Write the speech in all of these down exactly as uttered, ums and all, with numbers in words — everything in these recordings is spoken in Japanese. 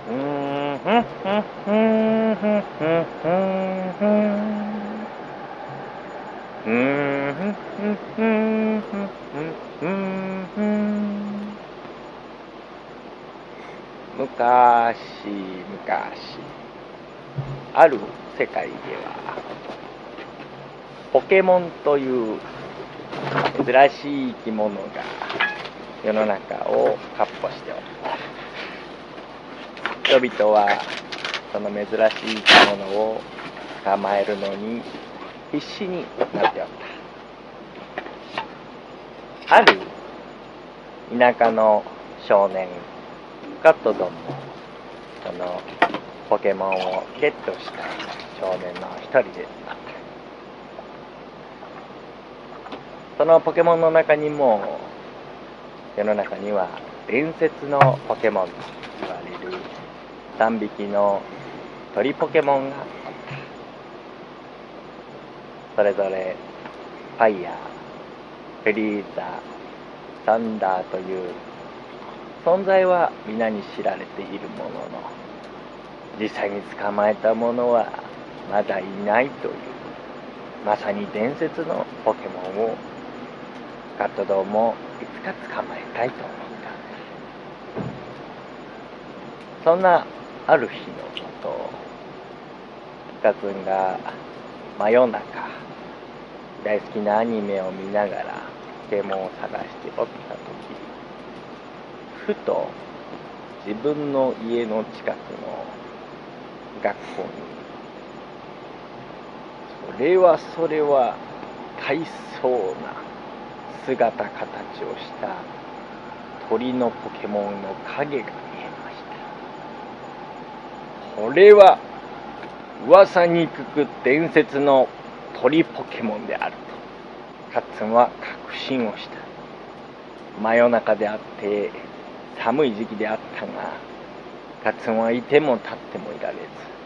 うーんふんふんふんふんふんふんふんうーんふんふんふんふんふんふんむかしむかしある世界ではポケモンという珍しい生き物が世の中をかっ歩しておった。人々はその珍しい生き物を捕まえるのに必死になっておった。ある田舎の少年カットドンもそのポケモンをゲットした少年の一人であった。そのポケモンの中にも世の中には伝説のポケモンと言われるさんびきの鳥ポケモンがおった。それぞれファイヤー、フリーザ、サンダーという存在は皆に知られているものの、実際に捕まえたものはまだいないというまさに伝説のポケモンをカットドンもいつか捕まえたいと思った。そんなある日のこと、カツンが真夜中大好きなアニメを見ながらポケモンを探しておったとき、ふと自分の家の近くの学校にそれはそれは大層な姿形をした鳥のポケモンの影が見えました。これは噂に聞く伝説の鳥ポケモンであるとカッツンは確信をした。真夜中であって寒い時期であったが、カッツンはいても立ってもいられず、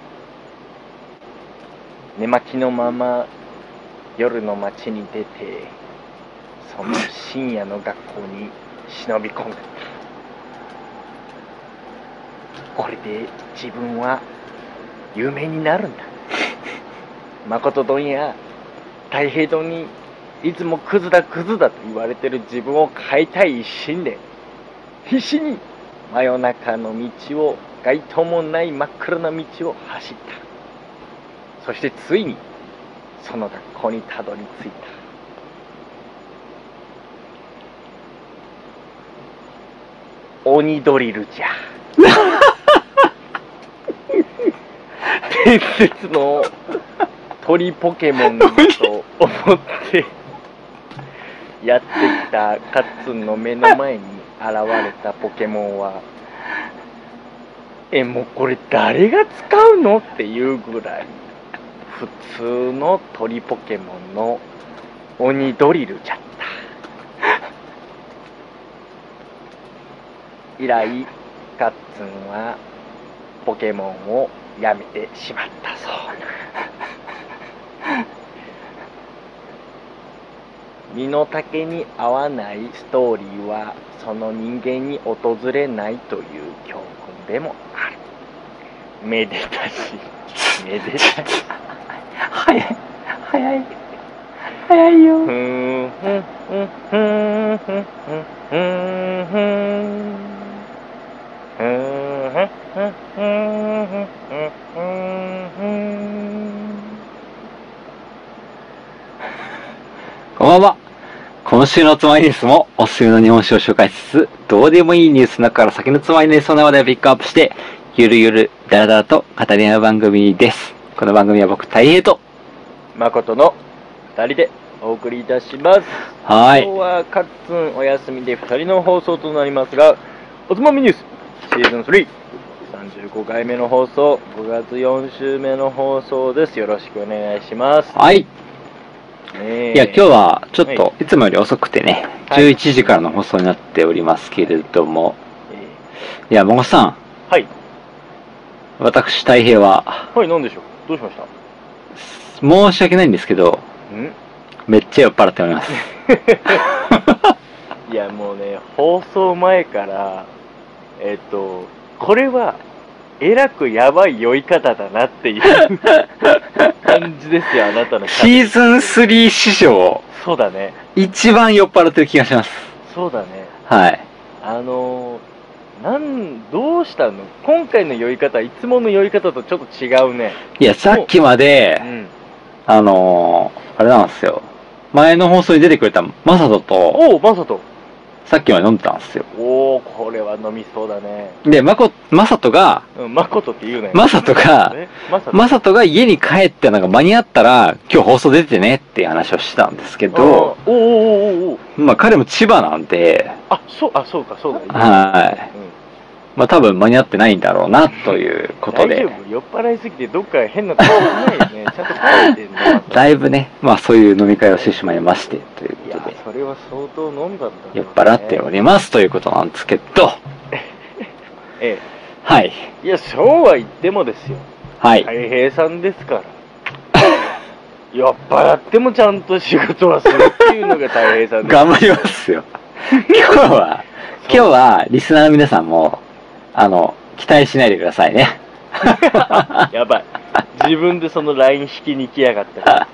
寝巻きのまま夜の街に出てその深夜の学校に忍び込んだ。これで自分は有名になるんだ。誠どんや太平丼にいつもクズだクズだと言われてる自分を変えたい一心で必死に真夜中の道を、街灯もない真っ暗な道を走った。そしてついにその学校にたどり着いた。鬼ドリルじゃ。伝説の鳥ポケモンだと思ってやってきたカッツンの目の前に現れたポケモンは、え、もうこれ誰が使うのっていうぐらい普通の鳥ポケモンの鬼ドリルじゃった。以来カッツンはポケモンをやめてしまったそうな。身の丈に合わないストーリーはその人間に訪れないという教訓でもある。めでたしめでたし早い早い早いよ。 ふんふんふんふんふんふんふんこんばんは。今週のつまみニュースもおすすめの日本酒を紹介しつつ、どうでもいいニュースの中から先のつまみニュースの話題をピックアップして、ゆるゆるだらだらと語り合う番組です。この番組は僕大平と誠のふたりでお送りいたします。 はい。 今日はカッツンお休みでふたりの放送となりますが、おつまみニュースシーズンスリー、さんじゅうごかいめの放送、ごがつよん週目の放送です。よろしくお願いします。 はい。 ね、 いや、今日はちょっと、はい、いつもより遅くてね、 はい、 じゅういちじからの放送になっておりますけれども、はい、いや、もごさん。 はい。 私、大平は。 はい、何でしょう。どうしました？ 申し訳ないんですけど、 んめっちゃ酔っ払っております。 いや、もうね、放送前から、えっと、これはえらくやばい酔い方だなっていう感じですよ、あなたの。 シーズンスリー史上、 そうだね。 一番酔っ払ってる気がします。 そうだね。 はい。 あのー、なん、どうしたの？今回の酔い方、いつもの酔い方とちょっと違うね。 いや、さっきまで、 うん、 あのー、あれなんですよ。前の放送に出てくれたマサトと、 おう、マサト。 さっきまで飲んでたんですよ。 おお、これは飲みそうだね。 で、まこ、マサトが、 うん、マコトって言うね。 マサトが、 マサトマサトが家に帰ってなんか間に合ったら、今日放送出てねっていう話をしてたんですけど、 おおおおおまあ彼も千葉なんで、 あ、そう、あ、そうか、そうだ。 はい。 うん、 まあ多分間に合ってないんだろうな、ということで。 大丈夫？酔っ払いすぎてどっか変なとこないよね。ちゃんと帰ってんだ。 だいぶね、まあそういう飲み会をしてしまいまして、といういや、 ことで。 それは相当飲んだんだ、ね。 酔っ払っておりますということなんですけど、 ええ。 はい。 いや、そうは言ってもですよ。 はい。 たい平さんですから。酔っ払ってもちゃんと仕事はするっていうのがたい平さんです。 頑張りますよ。今日は、今日はリスナーの皆さんも、あの、期待しないでくださいね。 やばい。自分でそのライン引きに来やがったから。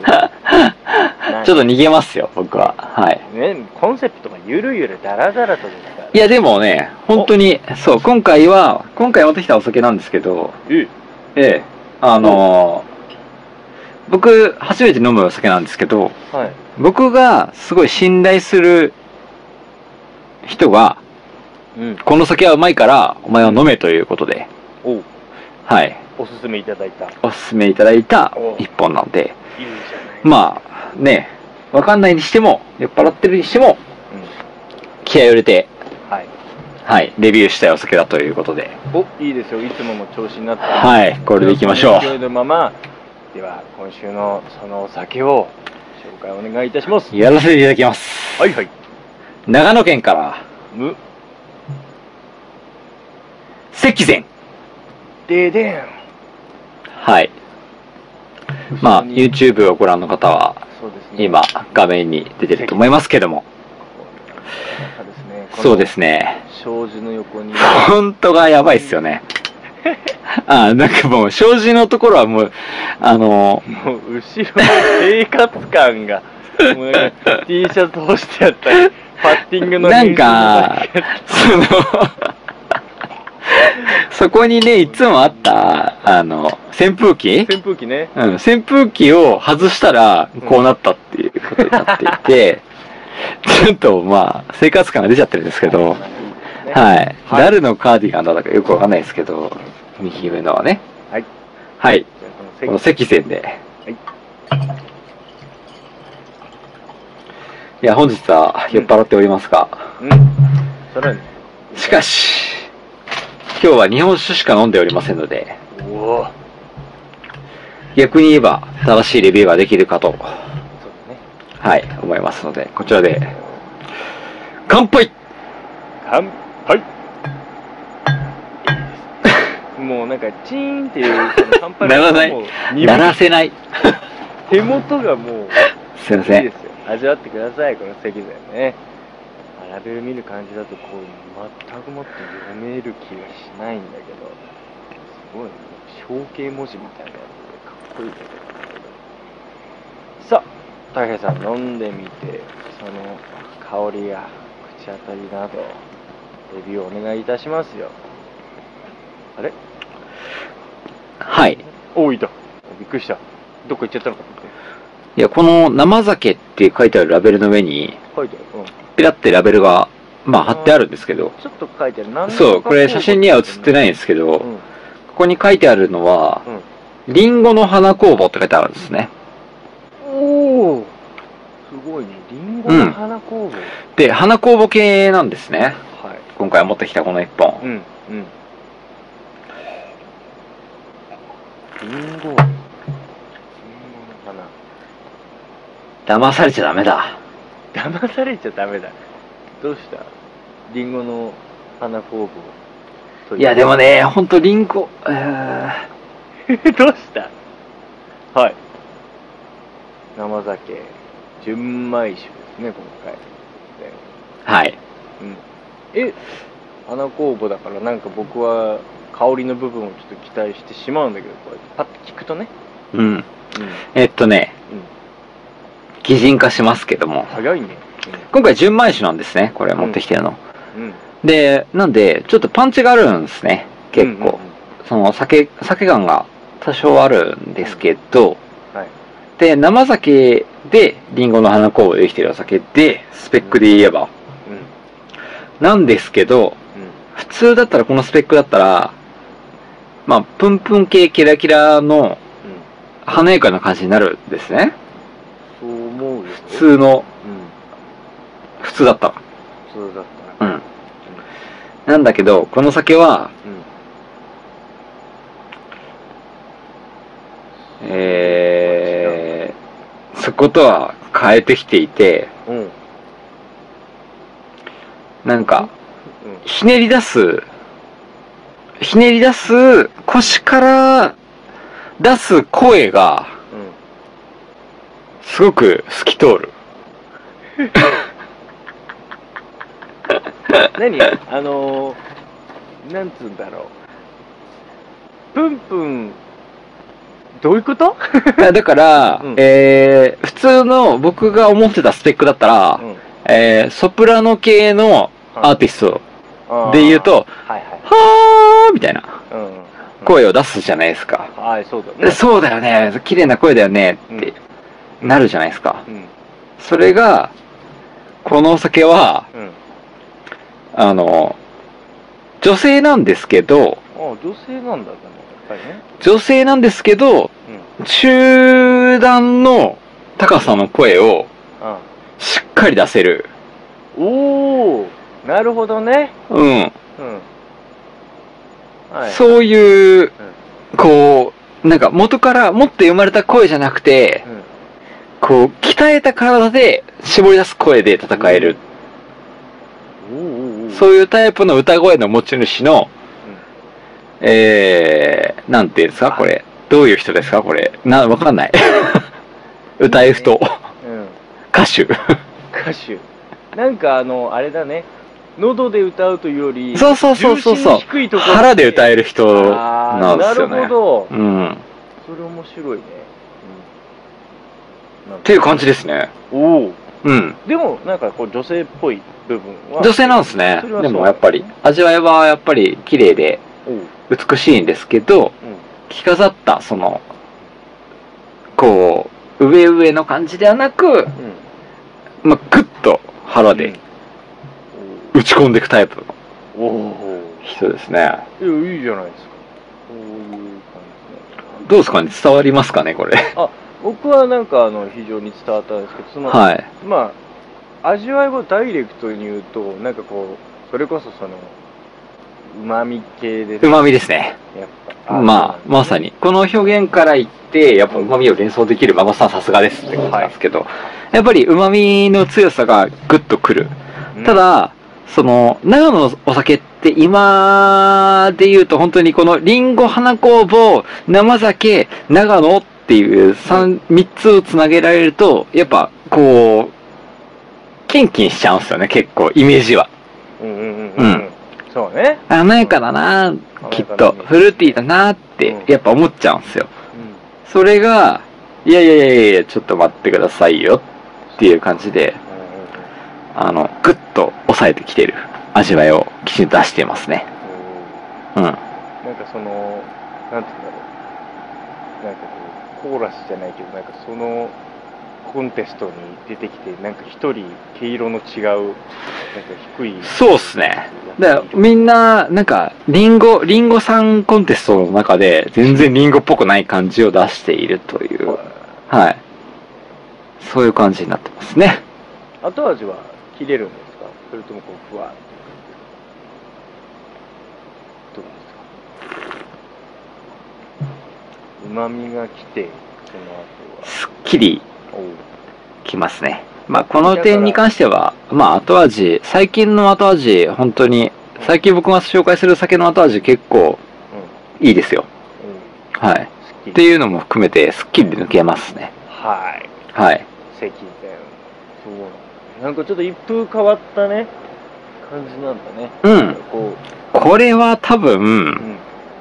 ちょっと逃げますよ、僕は。はい。 ね、コンセプトがゆるゆるだらだらとですから。 いや、でもね、本当に、そう、今回は、今回持ってきたお酒なんですけど、 えええ、あのー、僕、初めて飲むお酒なんですけど、 はい、 僕がすごい信頼する人が、うん、この酒はうまいから、お前は飲めということで、 おう、はい。おすすめいただいた。 おすすめいただいた一本なんで、いいじゃない。まあ、ね、わかんないにしても、酔っ払ってるにしても、うん、気合を入れて、はい。はい、レビューしたいお酒だということで。 お、いいですよ。いつもの調子になって。 はい、これでいきましょう。 勢いのまま、では、今週のそのお酒を、紹介お願いいたします。 やらせていただきます。 はいはい。 長野県から、む、積膳。 ででん。はい。 まあ、YouTube をご覧の方は、ね、今、画面に出てると思いますけども。そうですね。 障子の横に。 フォントがやばいっすよね。あ、なんかもう、障子のところはもう、あのー、 もう、後ろの生活感が、もうなんか T シャツ干してあったり、パッティングのなんか、その、そこにね、いつもあった、あの、扇風機扇風機ね。 うん、扇風機を外したら、こうなったっていうことになっていて、ちょっとまあ、生活感が出ちゃってるんですけど、はい。誰のカーディガンだかよくわかんないですけど、右上のはね。はい。はい。この積膳で。はい。いや、本日は酔っ払っておりますが。うん。それはね。しかし、今日は日本酒しか飲んでおりませんので、おー。逆に言えば正しいレビューができるかと、そうだね。はい、思いますので、こちらで、乾杯乾杯もうなんかチーンっていう乾杯ならない鳴らせない手元がもうすいません、 いいですよ。味わってください、この積膳ね。ラベル見る感じだとこう全くもって読める気がしないんだけど、すごいね、象形文字みたいなやつでかっこいいけど。さあ、たけさん飲んでみて、その香りや口当たりなどレビューお願いいたしますよ。あれ？ はい。 おー、いた。びっくりした。どっか行っちゃったのかと思って。 いや、この生酒って書いてあるラベルの上に、 書いてある。うん。 ピラってラベルが、まあ貼ってあるんですけど。 ちょっと書いてある。なんそう、これ写真には写ってないんですけど、うん、ここに書いてあるのは、うん、リンゴの花工房って書いてあるんですね。 おー、すごいね。リンゴの花工房、うん、 で、花工房系なんですね。 はい。 今回持ってきたこの一本。うん、うん。 リンゴ。リンゴの花。 騙されちゃダメだ。 騙されちゃダメだ。どうした？リンゴの花工房。 いやでもね、ほんとリンゴ、えー、どうした？はい。生酒、純米酒ですね、今回。 はい。 うん。え、花工房だからなんか僕は香りの部分をちょっと期待してしまうんだけど、こうやってパッと聞くとね。 うん。 うん。 えっとね、 うん。 擬人化しますけども、 早いね。 今回純米酒なんですね、これ持ってきてるの。 うん。うん。 で、なんで、ちょっとパンチがあるんですね、結構。 うんうんうんその酒、酒感が多少あるんですけど、 はい。 で、生酒でリンゴの花酵母でできてるお酒で、スペックで言えば、 うん。 なんですけど、 うん。 普通だったらこのスペックだったら、まあ、プンプン系キラキラのうん。 華やかな感じになるんですね。 そう思うよ。 普通の、 うん。 普通だったら。 普通だったら。 うん。なんだけど、この酒は、 うん。 えー、そことは変えてきていて、 うん。うん。 なんか、 うん。 ひねり出す、ひねり出す、腰から出す声が、すごく透き通る。 何あのー、なんつうんだろう。プンプン、どういうこといやだから、 うんえー、普通の僕が思ってたスペックだったら、 うんえー、ソプラノ系のアーティストで言うと、 はいはい。 はーみたいなうんうん。 声を出すじゃないですか。 はい、そうだでね。 そうだよね、綺麗な声だよねってなるじゃないですか。 うん。 それが、このお酒は、 うん。 あの、女性なんですけど、 ああ、女性なんだね、やっぱりね。 女性なんですけど、 うん。 中段の高さの声をあしっかり出せる。 あおー、なるほどね。 うん。 うん。はい。 そういう、 うん。 こう、なんか元から持って生まれた声じゃなくて、 うん。 こう、鍛えた体で絞り出す声で戦える。 おーおーおー。 そういうタイプの歌声の持ち主の、 うん。 えー、なんていうんですかこれ。どういう人ですかこれ。な、わかんない。歌え人。 うん。 歌手。 歌手。なんかあの、あれだね。喉で歌うというより、 そうそうそうそうそう。 重心低いところ腹で歌える人あーなんですよね。 なるほど。 うん。 それ面白いね。うん。 っていう感じですね。 おお。 うん。 でも、なんかこう女性っぽい部分は。 女性なんですねそれは。そうでもやっぱり、味わいはやっぱり綺麗でおう。 美しいんですけど、 うん。 着飾った、その、こう、上上の感じではなく、 うん。 まあ、ぐっと腹で打ち込んでいくタイプのおお。 人ですね。 いや、いいじゃないですか。こういう感じね。 どうですかね伝わりますかねこれ。 あ、僕はなんかあの、非常に伝わったんですけど、その、 はい。 まあ、味わいをダイレクトに言うと、なんかこう、それこそその、旨味系で、 旨味ですね。 やっぱ。 まあ、まさに。この表現から言って、やっぱ旨味を連想できる孫さんさすがですってことなんですけど、やっぱり旨味の強さがグッとくる。 うんた、だ、その、長野のお酒って今で言うと本当にこのリンゴ花工房、生酒、長野っていう三、三つをつなげられると、やっぱこう、キンキンしちゃうんですよね、結構、イメージは。 うんうんうんううんん。 そうね。 華やかだなきっと。フルーティーだなって、やっぱ思っちゃうんですよ。 うん。 それが、いやいやいやいや、ちょっと待ってくださいよっていう感じで、あの、ぐっと抑えてきてる味わいをきちんと出していますね。うん。 なんかその、なんていうんだろう。なんかこう、コーラスじゃないけど、なんかその、コンテストに出てきて、なんか一人毛色の違う、なんか低い。 そうっすね。だからみんな、なんか、リンゴ、リンゴさんコンテストの中で、全然リンゴっぽくない感じを出しているという、はい。そういう感じになってますね。 後味は切れるんですか？それともこう、ふわっと。どうですか？旨味が来て、その後は。 すっきりおうきますね。まあ、この点に関しては、まあ、後味、最近の後味、本当に、最近僕が紹介する酒の後味結構いいですよ。 うん。 はい。っていうのも含めて、すっきり抜けますね。 はい。 はい。 赤点。そうなんだね。なんかちょっと一風変わったね、感じなんだね。 うん。 ここれは多分、 う、うん。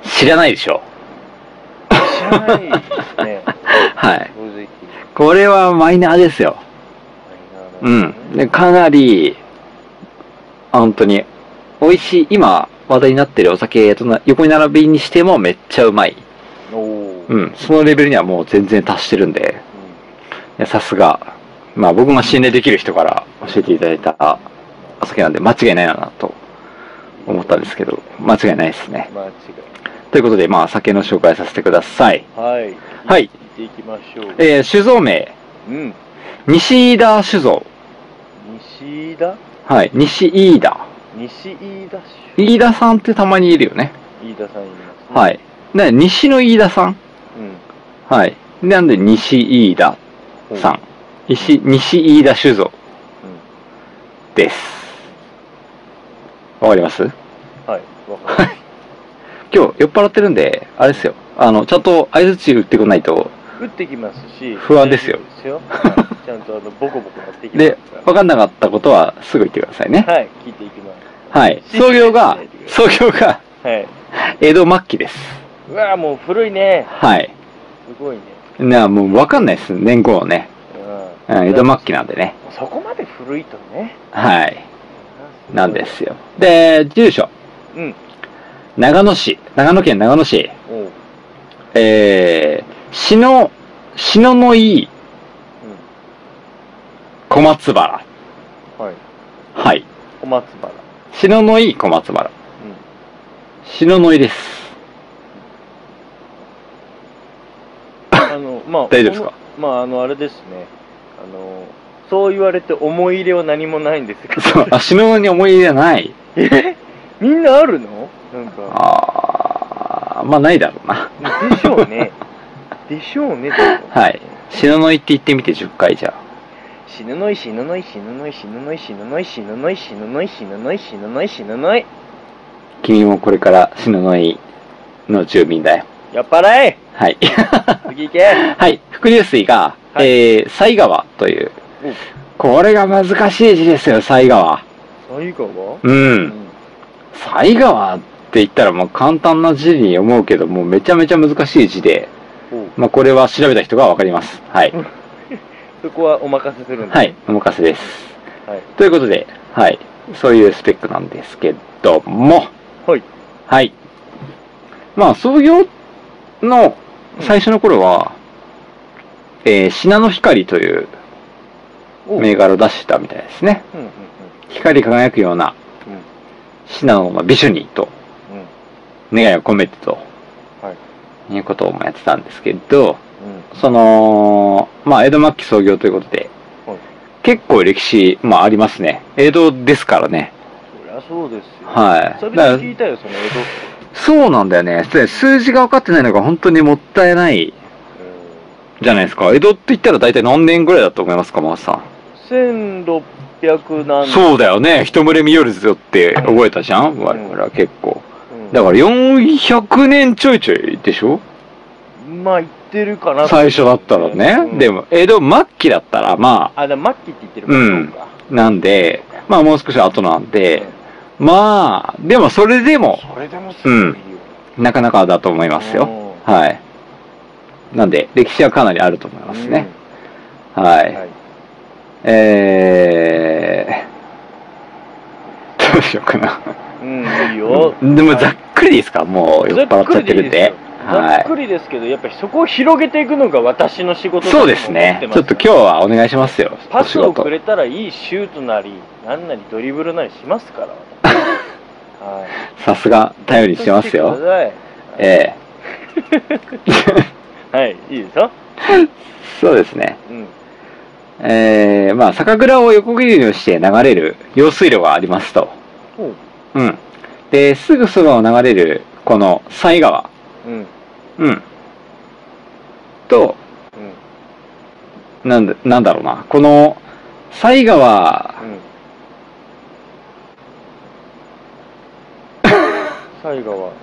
知らないでしょ。 知らないですね。 はい。 正直。 これはマイナーですよ。 マイナーなんですねうん。で、かなり、本当に、美味しい、今話題になってるお酒とな横に並びにしてもめっちゃうまい。 おー。 うん。そのレベルにはもう全然達してるんで、いやさすが、まあ僕が信頼できる人から教えていただいたお酒なんで間違いないなと思ったんですけど、間違いないですね。 間違い。 ということで、まあ酒の紹介させてください。 はい。 はい。 行っていきましょう。 えー、酒造名、 うん。 西飯田酒造。 西田はい。西飯田。 西飯田市。 飯田さんってたまにいるよね。 飯田さんいますね。 はい。で、西の飯田さん。 うん。 はい。なんで西飯田さん。西、西飯田酒造です。わかります？ はい。わかります。 今日酔っ払ってるんで、あれですよ。あの、ちゃんと相づち打ってこないと。 打ってきますし、 不安ですよ。 ですよ。はい、ちゃんとあのボコボコやっていきますで、わかんなかったことはすぐ言ってくださいね。 はい、聞いていきます。 はい。創業が、創業が、 はい。 江戸末期です。 うわぁ、もう古いね。 はい。 すごいね。 なあ、もうわかんないです。年号はね。 うん。 うん、江戸末期なんでね。 そこまで古いとね。 はい。なんですよ。で、住所。 うん。 長野市。長野県長野市。 おう。 えー、篠、篠のいい小松原。 うん。はい。 はい。 小松原。 篠のいい小松原。 うん。 篠のいです。 あの、まあ、 大丈夫ですか？ まあ、あの、あれですね。あの、そう言われて思い入れは何もないんですけど。 そう、あ、篠に思い入れはない。 えみんなあるのなんか。 あー、まあないだろうな。 でしょうね。でしょうね、でもはい。篠のいって言ってみてじゅっかいじゃあ。 死ぬのい死ぬのい死ぬのい死ぬのい死ぬのい死ぬのい死ぬのい死ぬのい死ぬのい死ぬのい。 君もこれから篠のいの住民だよ。 やっぱらいはい。 次行けはい。伏流水が、 はい、 えー、犀川という。これが難しい字ですよ、犀川。 犀川うん。犀川って言ったらもう簡単な字に思うけど、もうめちゃめちゃ難しい字で、まあこれは調べた人がわかります。はい。 そこはお任せするんです、ね、 はい、お任せです。 はい。 ということで、はい。そういうスペックなんですけども、 はい。 はい。まあ創業の最初の頃は、うん、えー、信濃光という銘柄を出したみたいですね。うんうんうん、光り輝くような、信濃の美酒にと、願いを込めてと、はい、いうことをやってたんですけど、うん、その、まあ江戸末期創業ということで、はい、結構歴史、まあありますね。江戸ですからね。 そりゃそうですよ。 はい。 それで聞いたよ、その江戸。 そうなんだよね。数字が分かってないのが本当にもったいないじゃないですか。江戸って言ったら大体何年ぐらいだと思いますか、マースさん。 せんろっぴゃくなんそうだよね。一群れ見よるぞって覚えたじゃん、うん、我々は結構。うん、だからよんひゃくねんちょいちょいでしょ。 まあ言ってるかな。 最初だったらね。うん、でも、江戸末期だったらまあ。 あ、でも末期って言ってるから。うん。なんで、まあもう少し後なんで、うん、まあ、でもそれでも、 それでもすごいよ。 うん。なかなかだと思いますよ。はい。なんで、歴史はかなりあると思いますね。うん、はい。はい、えー、どうしようかな。 うん、いいよ。 でもざっくりですか、もう酔っ払っちゃってるんで。 ざっくりですけど、やっぱりそこを広げていくのが私の仕事だと思ってます。 そうですね。ちょっと今日はお願いしますよ。 パスをくれたらいいシュートなり、なんなりドリブルなりしますから。 はい。さすが、頼りにしてますよ。ええ。はい、いいですよ。 そうですね。うん。えー、まあ、酒蔵を横切りにして流れる用水路がありますと。うん。で、すぐそばを流れる、この犀川。うん。うん。と、うん、なんだ、なんだろうな。この、犀川、 犀、うん、川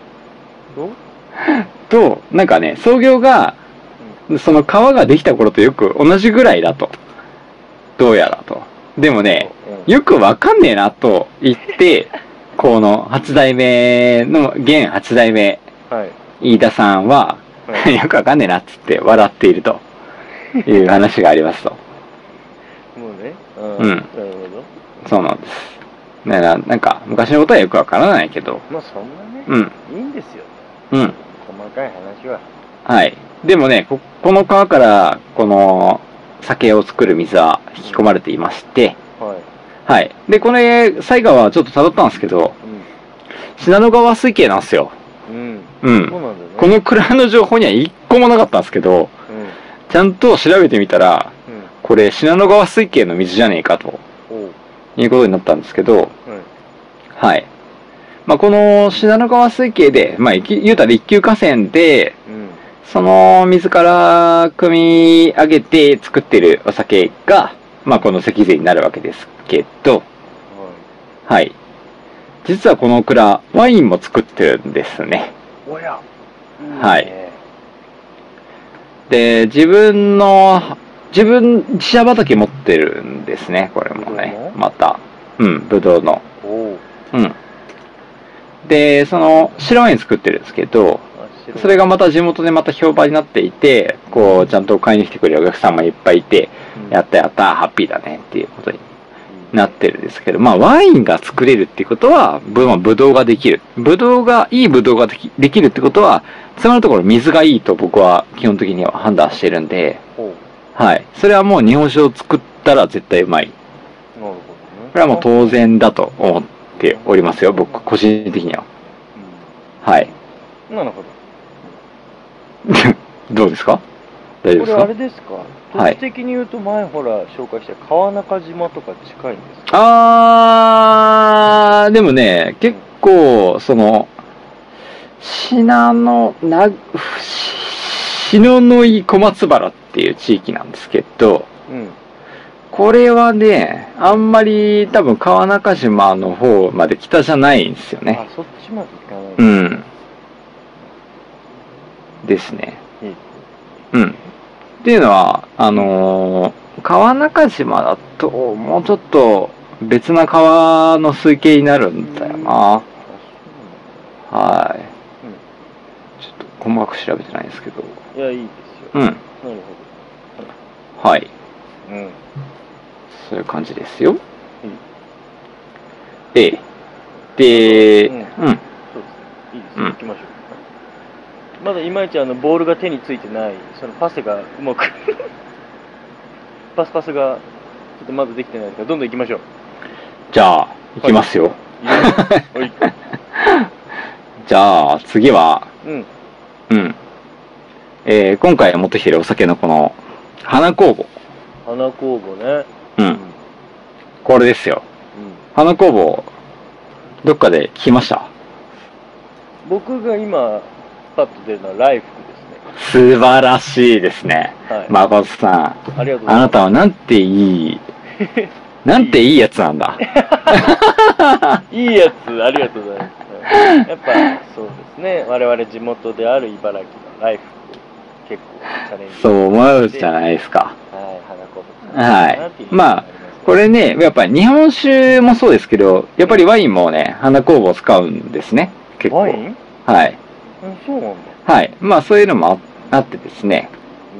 と、と、なんかね、創業が、うん、その川ができた頃とよく同じぐらいだと。どうやらと。でもね、うん、よくわかんねえなと言って、この八代目の、現八代目はい。 飯田さんは、 はいよくわかんねえなっつって笑っているという話がありますと。 もうね。あーうんなるほど。 そうなんです。ねな、なんか、昔のことはよくわからないけど、 まあそんなね、 うん、 いいんですよ。 うん、 細かい話は。 はい。でもね、こ、この川から、この、酒を作る水は引き込まれていまして、 はい。 はい。で、これ、犀川はちょっと辿ったんですけど、信濃川水系なんですよ。 うん。うん。 うん。 そうなんだよね。 このくらいの情報には一個もなかったんですけど、 うん。 ちゃんと調べてみたら、 うん。 これ、信濃川水系の水じゃねえかと、 おう。 いうことになったんですけど、 はい。 はい。まあ、この信濃川水系で、まあ、いき言うたら一級河川で、 うん。 その水から汲み上げて作ってるお酒が、まあ、この石税になるわけですけど、 ははい。実はこの蔵、ワインも作ってるんですね。 い。おや。 はいいね。 で、自分の、自分、自社畑持ってるんですね、これもねぶどうの。 また。うん、ぶどうの。 おう。 うん。で、その、白ワイン作ってるんですけど、 あ、白いそれがまた地元でまた評判になっていて、こう、ちゃんと買いに来てくれるお客さんもいっぱいいて、 うんやったやった、ハッピーだねっていうことになってるんですけど、まあ、ワインが作れるっていうことは、ぶ、まあ、ぶどうができる。ぶどうが、いいぶどうができできるってことは、つまりのところ水がいいと僕は基本的には判断してるんで、 ほう。 はい。それはもう日本酒を作ったら絶対うまい。 なるほどね。 これはもう当然だと思っておりますよ、僕、個人的には。はい。 うん。なるほど。 どうですか大丈夫これですかあれですか、 はい土地的に言うと前ほら紹介した川中島とか近いんですか？ あー、でもね、結構、その、信濃、な、篠ノ井小松原っていう地域なんですけど、 うん。 これはね、あんまり多分川中島の方まで北じゃないんですよあね。、 そっちまで行かない。 うん。ですね。 いい。 うん。っていうのは、あのー川中島だと、もうちょっと別な川の水系になるんだよな。 あ、 はい。 そうちょっと細かく調べてないんですけど。 なんだ。いや、いいですよ。 うん。 なるはい。 ほど。うん。 そういう感じですよ。 うん。 ええ。で、 うんうん。 そうですね。いいですよ。 うん行きましょう。まだいまいちあのボールが手についてない、そのパスがうまくパスパスがちょっとまだできてないから、どんどん行きましょう。 じゃあ、行きますよ。 はい。 じゃあ、次は、 うん。 うん。えー、今回持ってきてるお酒のこの、花工房。 花工房ね。 う。 うんん。 これですよ。花工房、どっかで聞きました？ 僕が今、パッと出るのはライフですね。 素晴らしいですね。 はい。 誠さん。 ありがとうございます。 あなたはなんていい、なんていいやつなんだ。 いいやつ、ありがとうございます。やっぱ、そうですね。我々地元である茨城のライフ、結構チャレンジ。 そう思うじゃないですか。 はい、花工房。 はい。まあ、これね、やっぱり日本酒もそうですけど、やっぱりワインもね、花工房使うんですね。結構。 ワイン？ はい。 うん、そうなんだ。 はい。まあそういうのも あ, あってですね。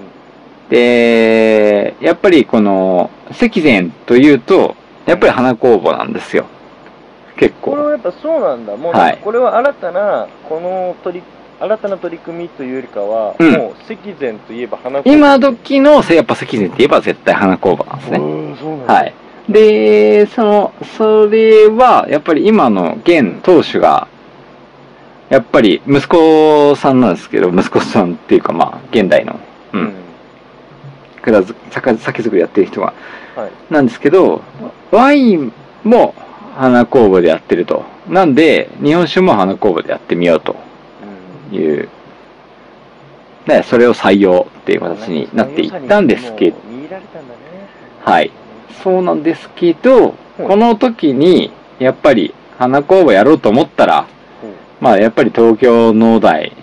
で、やっぱりこの、石前というと、やっぱり花工房なんですよ。結構。 これはやっぱそうなんだ。もうはいなんかこれは新たな、この取り、新たな取り組みというよりかは、 うんもう石前といえば花工房。 今時の、やっぱ石前って言えば絶対花工房なんですね。 うん、そうなんだ。 はい。で、その、それは、やっぱり今の現当主が、やっぱり息子さんなんですけど、息子さんっていうかまあ、現代の、ううん。 ん、蔵づ酒酒造りやってる人が、 はい。 なんですけど、ワインも花工房でやってると。なんで、日本酒も花工房でやってみようとうん。 いう、で、それを採用っていう形になっていったんですけど、 もう見入られたんだね。 はい。そうなんですけど、 うんこの時に、やっぱり花工房やろうと思ったら、 うん。 まあやっぱり東京農大、 そう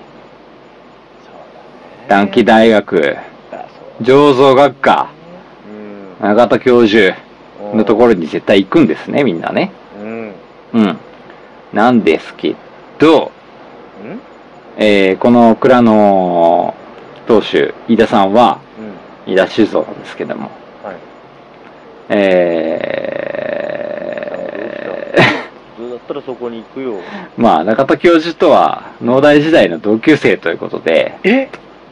だね。 短期大学、 あ、そう醸造学科、 うん。 永田教授のところに絶対行くんですね、みんなね。 うん。 うん。なんですけど、 うん？ えーこの蔵の当主、飯田さんは、 うん。 飯田酒造なんですけども、 はい。 えどうだったらそこに行くよ。 ー、まあ、中田教授とは、農大時代の同級生ということで、 え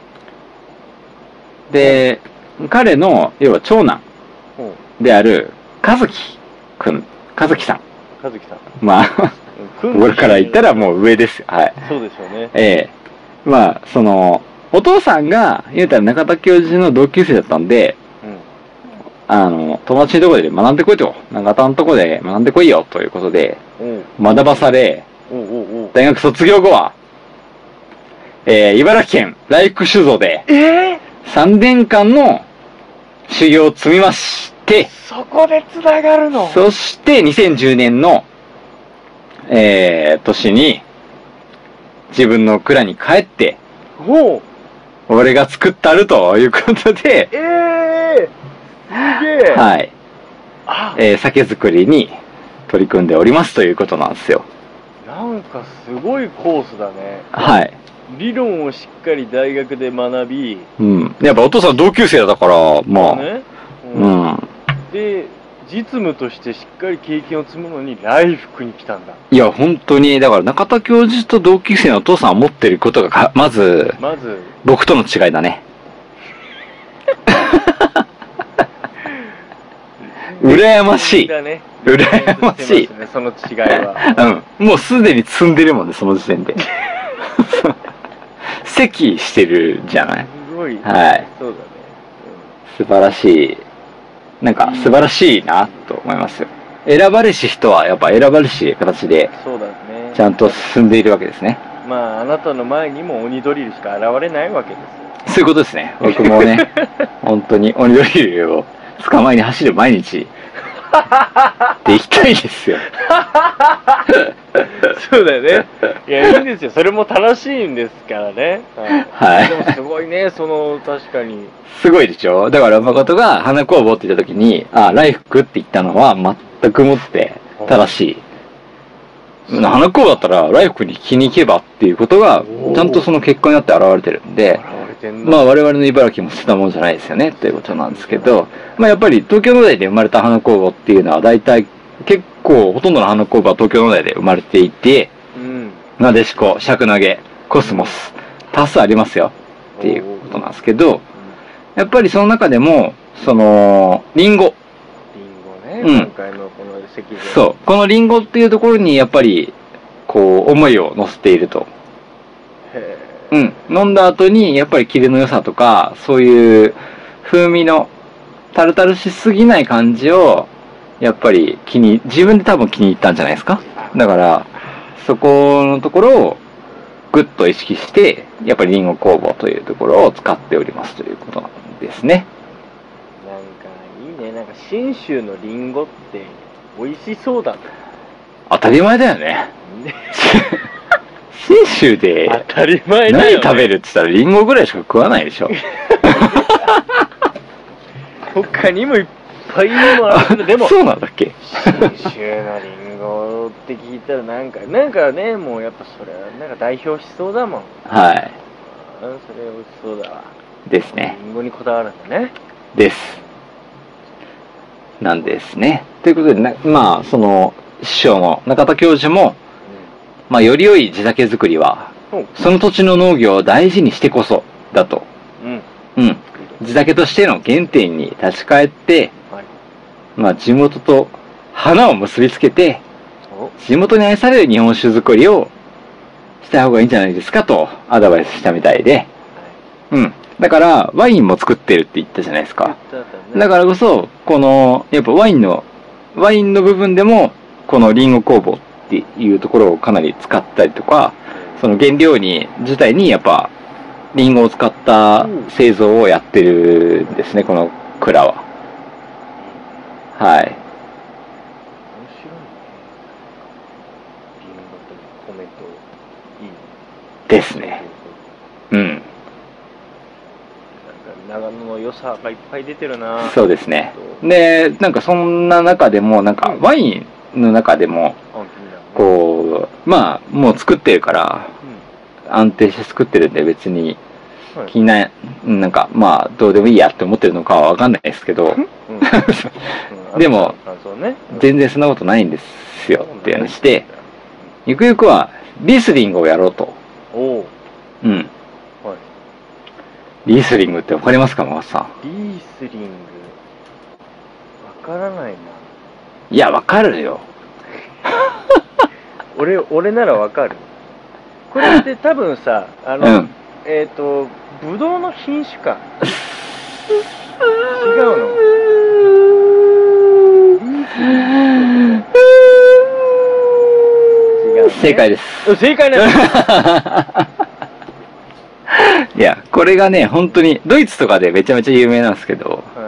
で、彼の、要は長男うん。 である、和樹くん、和樹さん。 和樹さん。 まあ、 くんこれから言ったらもう上ですよ。はい。 そうでしょうね。 ええまあ、その、お父さんが、言うたら中田教授の同級生だったんで、 うん。 あの、友達のところで学んでこいと。中田のところで学んでこいよ、ということで、 おう学ばされ、 おうおうおう。 大学卒業後は、えー、茨城県来福酒造で、 えー、 さんねんかんの修行を積みまして、 そこで繋がるの？ そしてにせんじゅうねんの、えー、年に、自分の蔵に帰って、 おう。 俺が作ったるということで、 ええー、すげえ。 はい。 あ、 えー、酒造りに取り組んでおりますということなんですよ。 なんかすごいコースだね。 はい。 理論をしっかり大学で学び、 うん。やっぱお父さん同級生だから、まあ、 ね、 ううんん。 で、実務としてしっかり経験を積むのに来福に来たんだ。 いや、本当に、だから中田教授と同級生のお父さんが持ってることがか、まず、 まず、 僕との違いだね。羨ましい。 だね。 羨ましい。 ね、その違いは。 うん。もうすでに積んでるもんね、その時点で。席してるじゃない。 すごい。 はい。 そうだね。 素晴らしい。なんか素晴らしいなと思いますよ。選ばれし人はやっぱ選ばれし形でうん、そうだね。 ちゃんと進んでいるわけですね。 まあ、あなたの前にも鬼ドリルしか現れないわけですよ。 そういうことですね。僕もね、本当に鬼ドリルを捕まえに走る毎日でいきたいですよ。 そうだよね。いや、いいんですよ。それも正しいんですからね。 はい。 でもすごいね、その、確かに。 すごいでしょ。だから誠が花工房って言った時に、あ、ライフクって言ったのは全くもって正しい。花工房だったらライフに聞きに行けばっていうことが、ちゃんとその結果になって現れてるんで、まあ我々の茨城も捨てたもんじゃないですよね、ということなんですけど、まあやっぱり東京農大で生まれた花工房っていうのは大体結構ほとんどの花工房は東京農大で生まれていて、 うん。 なでしこ、尺投げ、コスモス、多数ありますよっていうことなんですけど、やっぱりその中でも、その、リンゴ。 リンゴね、 うん今回のこの席で。 そう。このリンゴっていうところにやっぱり、こう、思いを乗せていると。 へうん。飲んだ後に、やっぱりキレの良さとか、そういう風味の、タルタルしすぎない感じを、やっぱり気に、自分で多分気に入ったんじゃないですか。だから、そこのところを、ぐっと意識して、やっぱりリンゴ工房というところを使っておりますということなんですね。 なんかいいね。なんか信州のリンゴって美味しそうだね。 当たり前だよね。信州で当たり前だよ、ね。 何食べるって言ったらリンゴぐらいしか食わないでしょ。 他にもいっぱいいいのあるけど、でも、 そうなんだっけ。 信州のリンゴって聞いたらなんか、なんかね、もうやっぱそれはなんか代表しそうだもん。 はい。 うん、それ美味しそうだわ。 ですね。 リンゴにこだわるんだね。 です。なんですね。ということで、なまあ、その、師匠の中田教授も、まあ、より良い地酒作りは、 うん。 その土地の農業を大事にしてこそ、だと。 うん。 うん。地酒としての原点に立ち返って、 はい。 まあ、地元と花を結びつけて、 お、 地元に愛される日本酒作りをした方がいいんじゃないですかとアドバイスしたみたいで、うん。だから、ワインも作ってるって言ったじゃないですか。だからこそ、この、やっぱワインの、ワインの部分でも、このリンゴ工房っていうところをかなり使ったりとか、その原料に、自体にやっぱ、リンゴを使った製造をやってるんですね、この蔵は。はい。 面白いね。リンゴと米といい。 ですね。うん。 なんか長野の良さがいっぱい出てるな。 そうですね。で、なんかそんな中でも、なんかワインの中でも、こう、まあ、もう作ってるから、 安定して作ってるんで別にはい気にな、なんかまあどうでもいいやって思ってるのかはわかんないですけど、 うんうんでもあそうねうん全然そんなことないんですよっていう話で、ゆくゆくはリスリングをやろうと。 おおうん。 はいリスリングってわかりますか、ママさん。 リースリングわからないな。 いや、わかるよ。 俺俺ならわかる。これって多分さあの、 うん。 えっ、とブドウの品種か違うの。リースリング違う、ね、 正解です。 正解なんですいや、これがね、本当に、ドイツとかでめちゃめちゃ有名なんですけど、 はい、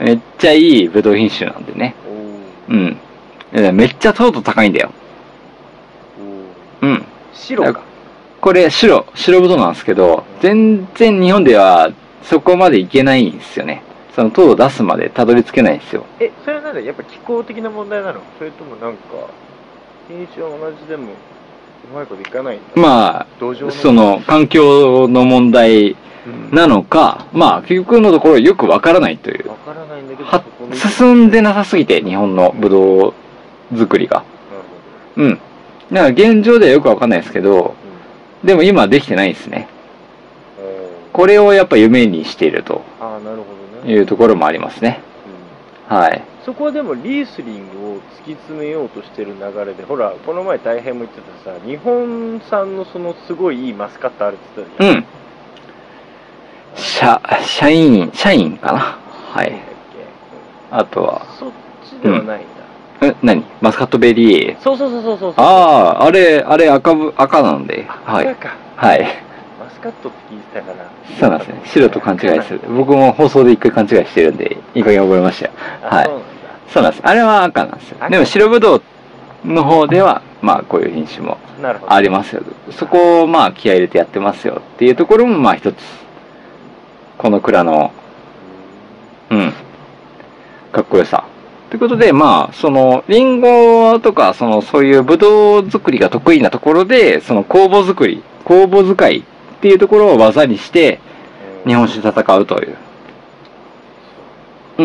めっちゃいいブドウ品種なんでね。 おうん。めっちゃ糖度高いんだよ。 おうん。 白か。 これ白、白ブドウなんですけど、全然日本ではそこまでいけないんですよね。その糖度出すまでたどり着けないんですよ。 え、それはなんだやっぱ気候的な問題なの？それともなんか、品種は同じでも、うまいこといかないんだ。 まあ、その環境の問題なのか、うん、まあ結局のところよくわからないという。 わからないんだけど、 は進んでなさすぎて、日本のブドウ作りが。うん。だから現状ではよくわかんないですけど、うん、でも今はできてないですね。これをやっぱ夢にしているというところもありますね。うん、はい。 そこはでもリースリングを突き詰めようとしてる流れで、ほらこの前大変も言ってたさ、日本産のそのすごいいいマスカットあるって言ってたじゃん。うん。 シャシャインシャインかな。はい。あとはそっちではないんだ。 うん、え、何？マスカットベリー。 そうそうそうそうそう。 ああ、あれあれ赤ぶ赤なんで。はい。 赤か。 はい。 マスカットって聞いてたから。 そうなんですね。白と勘違いする。僕も放送で一回勘違いしてるんで、いい加減覚えましたよ。はい。そうなんです。あれは赤なんですよ。でも白ぶどうの方では、まあこういう品種もありますよ。そこをまあ気合い入れてやってますよっていうところもまあ一つ、この蔵の、うん、かっこよさ。ということで、まあ、その、リンゴとか、その、そういうブドウ作りが得意なところで、その酵母作り、酵母使いっていうところを技にして、日本酒で戦うという。うん。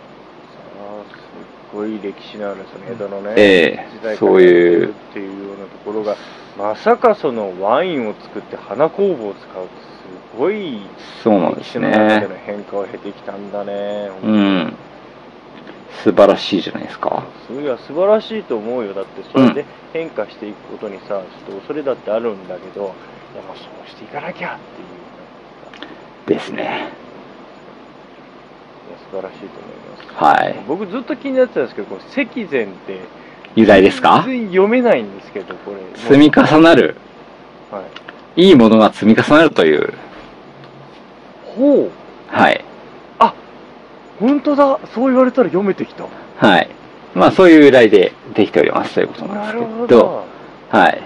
すごい歴史のあるその江戸のね、 ええ、 時代そういうっていうようなところが、まさかそのワインを作って花酵母を使うってすごいそうなんですね。 歴史の中での変化を経てきたんだね。 うん。素晴らしいじゃないですか。 いや素晴らしいと思うよ。だってそれで変化していくことにさ、ちょっと恐れだってあるんだけど、いやもうそうしていかなきゃっていうですね。 素晴らしいと思います。 はい。 僕ずっと気になってたんですけど、こう積善って由来ですか？ 全然読めないんですけど、これ積み重なる。はい。いいものが積み重なるという。 ほう。 はい。 あ、本当だ。そう言われたら読めてきた。 はい。まあそういう由来でできておりますということなんですけど。なるほど。はい。そういうことなんですね。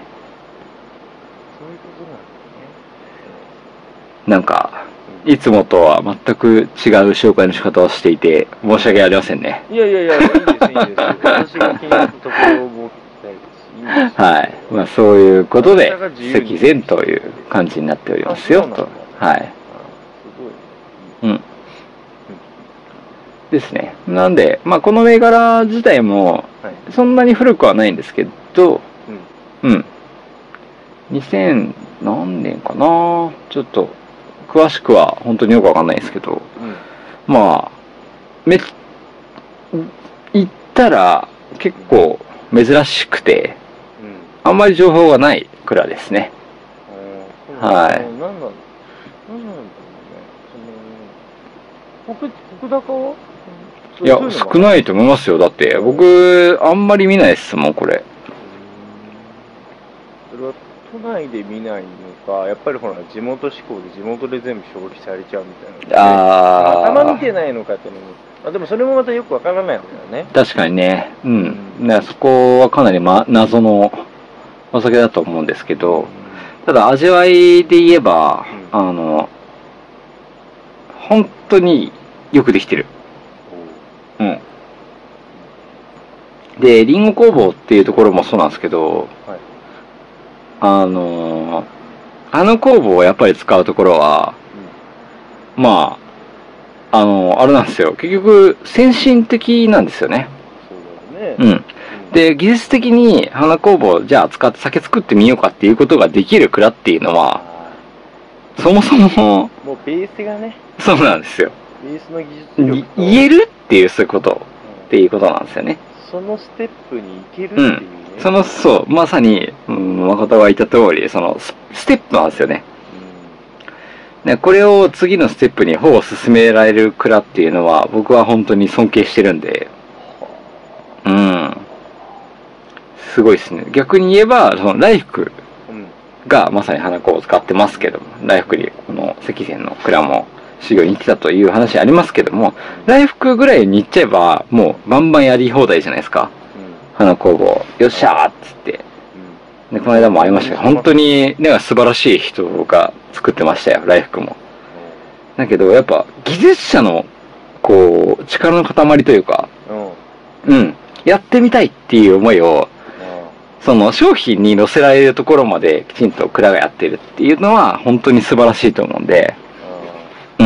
なんか。いつもとは全く違う紹介の仕方をしていて申し訳ありませんね。 いやいやいや、いいですいいです。私が気になったところを持ってきたいです。いいです。 はい。まあそういうことで積善という感じになっておりますよと。はい。すごい。うん。ですね。なんで、まあこの銘柄自体もそんなに古くはないんですけど、うん。うん。にせん何年かな。ちょっと。詳しくは本当によくわかんないですけど、うん、まあめ言ったら結構珍しくて、うん、あんまり情報がない蔵ですね。うん、はい。何なん何なんだろうね。その国国高は？いや少ないと思いますよ。だって僕あんまり見ないですもんこれ。それは都内で見ないのか、やっぱりほら地元志向で地元で全部消費されちゃうみたいな、ああ頭見てないのかっていうのも、あでもそれもまたよくわからないわけだよね。確かにね。うん、うん、だからそこはかなり、ま、謎のお酒だと思うんですけど、うん、ただ味わいで言えば、うん、あの本当によくできてる。うん。でリンゴ工房っていうところもそうなんですけど、はい、あのー、 花工房をやっぱり使うところは、うん、まあ、あの、あれなんですよ。結局、先進的なんですよね。 そうだよね。 うん。で、技術的に花工房じゃあ使って酒作ってみようかっていうことができる蔵っていうのは、そもそも、 もうベースがね。 そうなんですよ。 ベースの技術力と言えるっていうそういうこと、うん、っていうことなんですよね。 そのステップに行けるっていうね。 うん、その、そう、まさに、うん、誠が言った通り、そのス、ステップなんですよね。うん、でこれを次のステップにほぼ進められる蔵っていうのは、僕は本当に尊敬してるんで、うん。すごいですね。逆に言えば、その、来福がまさに花子を使ってますけども、来福に、この関前の蔵も修行に行ってたという話ありますけども、来福ぐらいに行っちゃえば、もうバンバンやり放題じゃないですか。うん、花工房、よっしゃーっつって。で、この間も会いましたけど、本当に、ね、素晴らしい人が作ってましたよ、来福も。だけど、やっぱ、技術者の、こう、力の塊というか、うん、やってみたいっていう思いを、その商品に乗せられるところまできちんと蔵がやってるっていうのは本当に素晴らしいと思うんで、うん。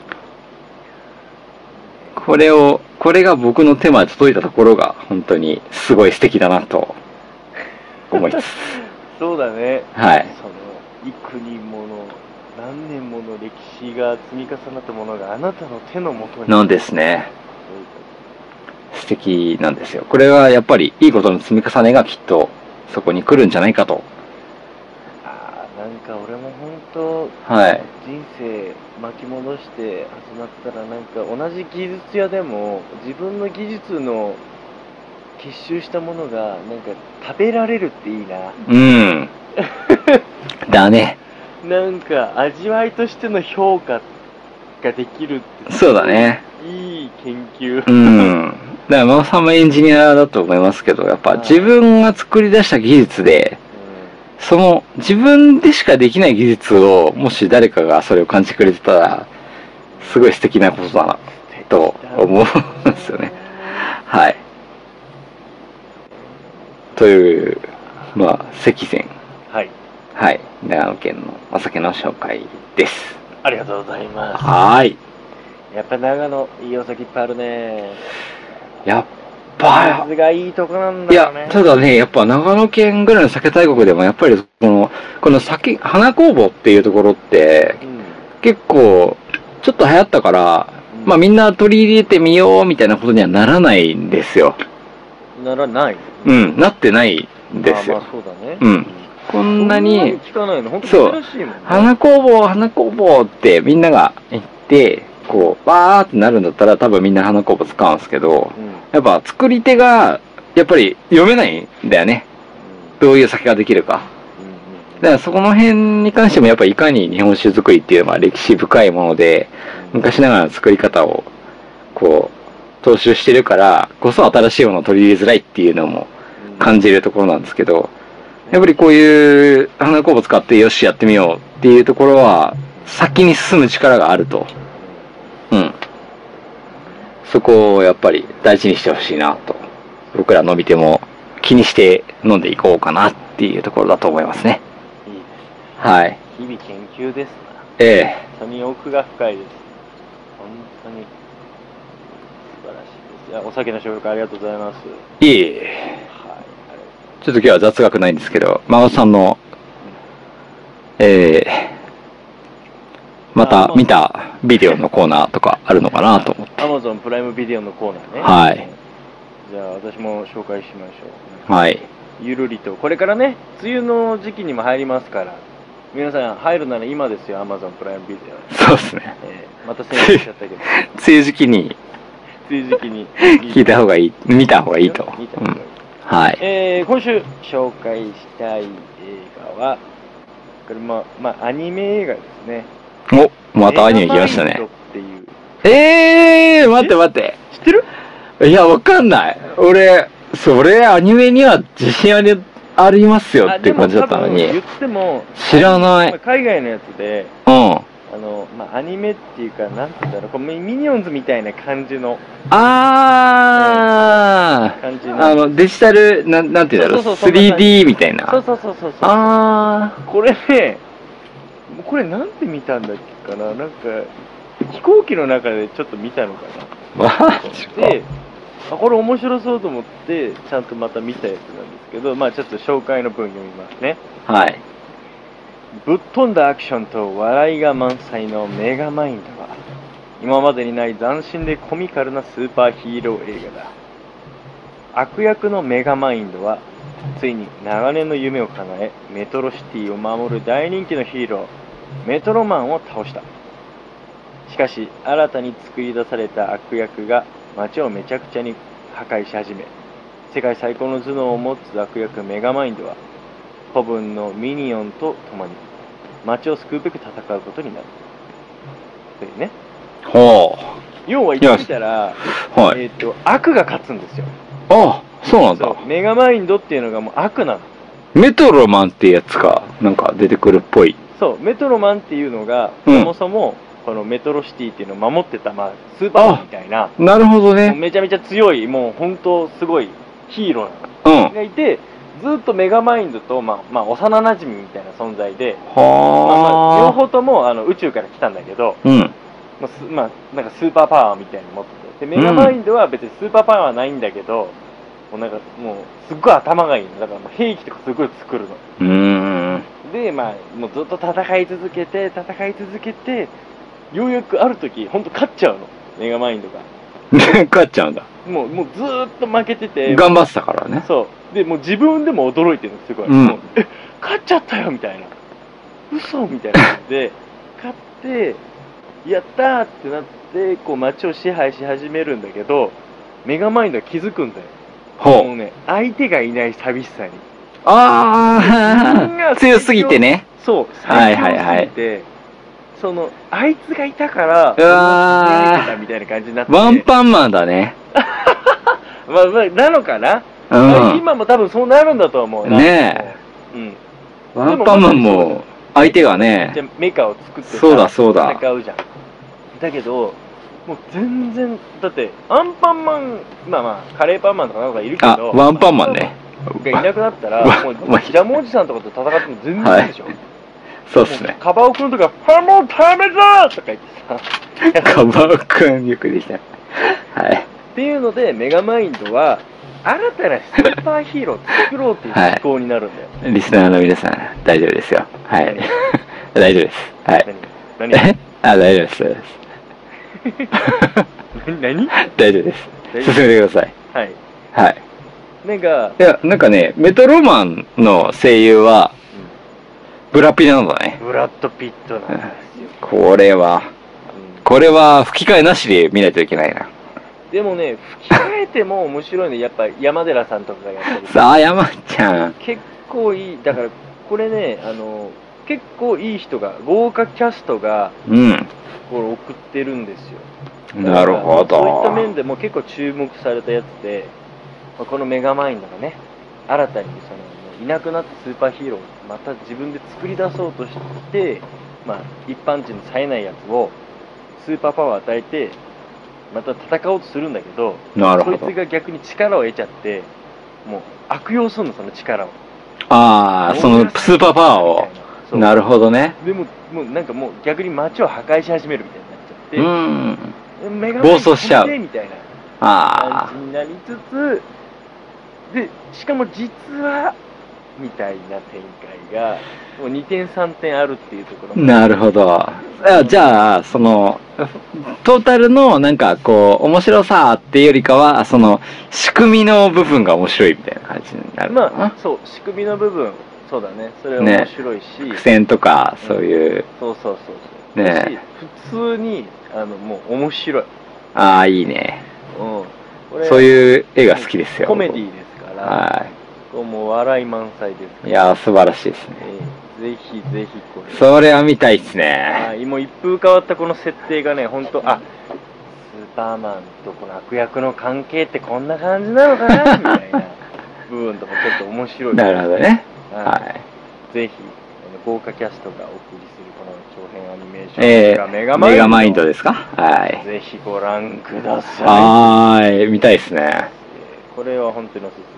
これを、これが僕の手まで届いたところが本当にすごい素敵だなと思います。 そうだね。 はい。 その、幾人もの、何年もの歴史が積み重なったものがあなたの手のもとに。 のですね。素敵なんですよ。これはやっぱりいいことの積み重ねがきっとそこに来るんじゃないかと。 ああ、なんか俺も本当、 はい、 人生巻き戻して始まったらなんか同じ技術屋でも自分の技術の結集したものがなんか食べられるっていいな。 うん。だね。 なんか味わいとしての評価ができるって。 そうだね。 いい研究。 うん。だから、真央さんもエンジニアだと思いますけど、やっぱ自分が作り出した技術で、うん、その自分でしかできない技術を、もし誰かがそれを感じてくれてたら、すごい素敵なことだな、と思うんですよね。はい。という、まあ、関前。 はい。 はい。長野県のお酒の紹介です。 ありがとうございます。 はい。 やっぱ長野、いいお酒いっぱいあるね。 やっぱ、 水がいいとこなんだよね。 いや、ただね、やっぱ長野県ぐらいの酒大国でも、やっぱりこの、この酒、花工房っていうところって、うん、結構、ちょっと流行ったから、うん、まあみんな取り入れてみようみたいなことにはならないんですよ。 ならない？ うん、なってないんですよ。 あ、まあそうだね。 うん。こんなに、 そんなに聞かないの、本当珍しいもんね。 花工房、花工房ってみんなが言って、こう、わーってなるんだったら多分みんな花工房使うんですけど、うん、やっぱ作り手が、やっぱり読めないんだよね。うん、どういう酒ができるか。うんうん、だからそこの辺に関してもやっぱいかに日本酒作りっていうのは歴史深いもので、うん、昔ながらの作り方を、こう、踏襲してるからこそ新しいものを取り入れづらいっていうのも感じるところなんですけど、やっぱりこういう花工房使ってよしやってみようっていうところは先に進む力があると。うん。そこをやっぱり大事にしてほしいなと。僕ら飲み手も気にして飲んでいこうかなっていうところだと思いますね。 いいですね。 はい。 日々研究ですな。 ええ。 本当に奥が深いです。本当に素晴らしいです。お酒の紹介ありがとうございます。 いえいえ。ちょっと今日は雑学ないんですけど、真央さんの、えー、また見たビデオのコーナーとかあるのかなと思って。 アマゾンプライムビデオのコーナーね。 はい。 じゃあ私も紹介しましょう。 はい。 ゆるりと。これからね、梅雨の時期にも入りますから、皆さん入るなら今ですよ、アマゾンプライムビデオ。 そうですね。 えー、また宣伝しちゃったけど。 梅雨時期に、 梅雨時期に。 聞いた方がいい、見た方がいいと。見た方がいい。うん、はい。 えー、今週紹介したい映画は、これまあ、まあ、アニメ映画ですね。 お、またアニメ来ましたね。 っていう。 えー、待って待って。 知ってる？ いや、わかんない。俺、それアニメには自信あり、ありますよっていう感じだったのに。 言っても、 知らない。 海外のやつで、 うん。 あの、まあ、アニメっていうか、なんて言うんだろう、こうミニオンズみたいな感じの。 あー、感じの。あの、デジタル、なん、なんて言うんだろう、スリーディー みたいな。 そうそうそうそうそう。 あー。 これね、 これなんて見たんだっけかな、なんか飛行機の中でちょっと見たのかな。 マジか。 で、あ、これ面白そうと思ってちゃんとまた見たやつなんですけど、まあちょっと紹介の文読みますね。 はい。 ぶっ飛んだアクションと笑いが満載のメガマインドは今までにない斬新でコミカルなスーパーヒーロー映画だ。悪役のメガマインドはついに長年の夢を叶え、メトロシティを守る大人気のヒーローメトロマンを倒した。しかし新たに作り出された悪役が街をめちゃくちゃに破壊し始め、世界最高の頭脳を持つ悪役メガマインドは古文のミニオンと共に街を救うべく戦うことになるというね。 ほう。 要は言ってみたら、 はい。 えーと悪が勝つんですよ。 あ、そうなんだ。 そうメガマインドっていうのがもう悪なの。 メトロマンってやつがなんか出てくるっぽい。 そうメトロマンっていうのが、 うん、 そもそもこのメトロシティっていうのを守ってた、まあ、スーパーマンみたいな。 なるほどね。 もうめちゃめちゃ強い、もう本当すごいヒーローなの、うん、がいて、ずっとメガマインドと、まあまあ、幼なじみみたいな存在で、は、まあまあ、両方ともあの宇宙から来たんだけど、うん、まあ、まあ、なんかスーパーパワーみたいに持ってて、でメガマインドは別にスーパーパワーはないんだけど、もうなんかもうすっごい頭がいいのだから、もう兵器とかすごい作るの。うーんで、まあ、もうずっと戦い続けて戦い続けて、ようやくある時本当勝っちゃうの、メガマインドが。 勝っちゃうんだ。 もうもうずーっと負けてて、 頑張ってたからね。 そうでもう自分でも驚いてるのすごい、うん、もうえ勝っちゃったよみたいな、嘘みたいな感じで勝ってやったーってなって、こう街を支配し始めるんだけど、メガマインドは気づくんだよ。ほう。もうね、相手がいない寂しさに。 ああ、強すぎてね。 そう、最強すぎて、はいはいはい、そのあいつがいたから、 うわーみたいな感じになって、 ワンパンマンだね。 まあまあなのかな。うん、今も多分そうなるんだと思うな。 ねえ。うん。ワンパンマンも相手がね、 じゃメカを作ってそうだそうだ戦うじゃん。だけどもう全然だってアンパンマン、まあまあカレーパンマンとかなんかいるけど、 あ、ワンパンマンね。 がいなくなったらもうジャムおじさんとかと戦っても全然いいでしょ。はい、 そうっすね。 カバオくんとか「ハモ食べた!」とか言ってさ、カバオくんよくできた。はい。 っていうのでメガマインドは新たなスーパーヒーローを作ろうっていう思考になるんだよ、 はい、リスナーの皆さん大丈夫ですよ。はい。大丈夫です。はい。 何？何？ あ、大丈夫です。 何？ 大丈夫です。進めてください。 はい。 はい。 なんか、 いや、なんかね、メトロマンの声優は、うん、ブラピなんだね。 ブラッド・ピットなんですよ。 これは、うん、これは吹き替えなしで見ないといけないな。 でもね、吹き替えても面白いね。やっぱ山寺さんとかがやったり。 さあ、山ちゃん。 結構いい。だから、これね、あの、結構いい人が、豪華キャストが、うん。これ送ってるんですよ。 なるほど。 そういった面でも結構注目されたやつで、このメガマインドがね、新たにそのいなくなったスーパーヒーローをまた自分で作り出そうとして、まあ、一般人の冴えないやつをスーパーパワーを与えてまた戦おうとするんだけど、 なるほど。 そいつが逆に力を得ちゃってもう悪用するの、その力を。 ああ、そのスーパーパワーを。なるほどね。 でももうなんかもう逆に街を破壊し始めるみたいになっちゃって、 うん、 メガマインド暴走しちゃうみたいな感じになりつつ、でしかも実はみたいな展開がもうにてんさんてんあるっていうところ。 なるほど。じゃあそのトータルのなんかこう面白さっていうよりかは、その仕組みの部分が面白いみたいな感じになる。 まあそう、仕組みの部分、そうだね、それは面白いし、ね、 苦戦とかそういう、うん、 そうそうそうそうね、普通にあのもう面白い。 ああ、いいね。 うん、 そういう映画好きですよ。 コメディですから、はい、もう笑い満載ですから。 いやー、素晴らしいですね。 えー、ぜひぜひこれ。 それは見たいっすね。 はい、もう一風変わったこの設定がね、本当、あ、スーパーマンとこの悪役の関係ってこんな感じなのかなみたいな部分とかちょっと面白い。 なるほどね。 はい。はい、ぜひ豪華キャストがお送りするこの長編アニメーション映画、えー、メガマインド。 メガマインドですか。はい。 ぜひご覧ください。 はーい、見たいですね。 えー、これは本当におすすめです。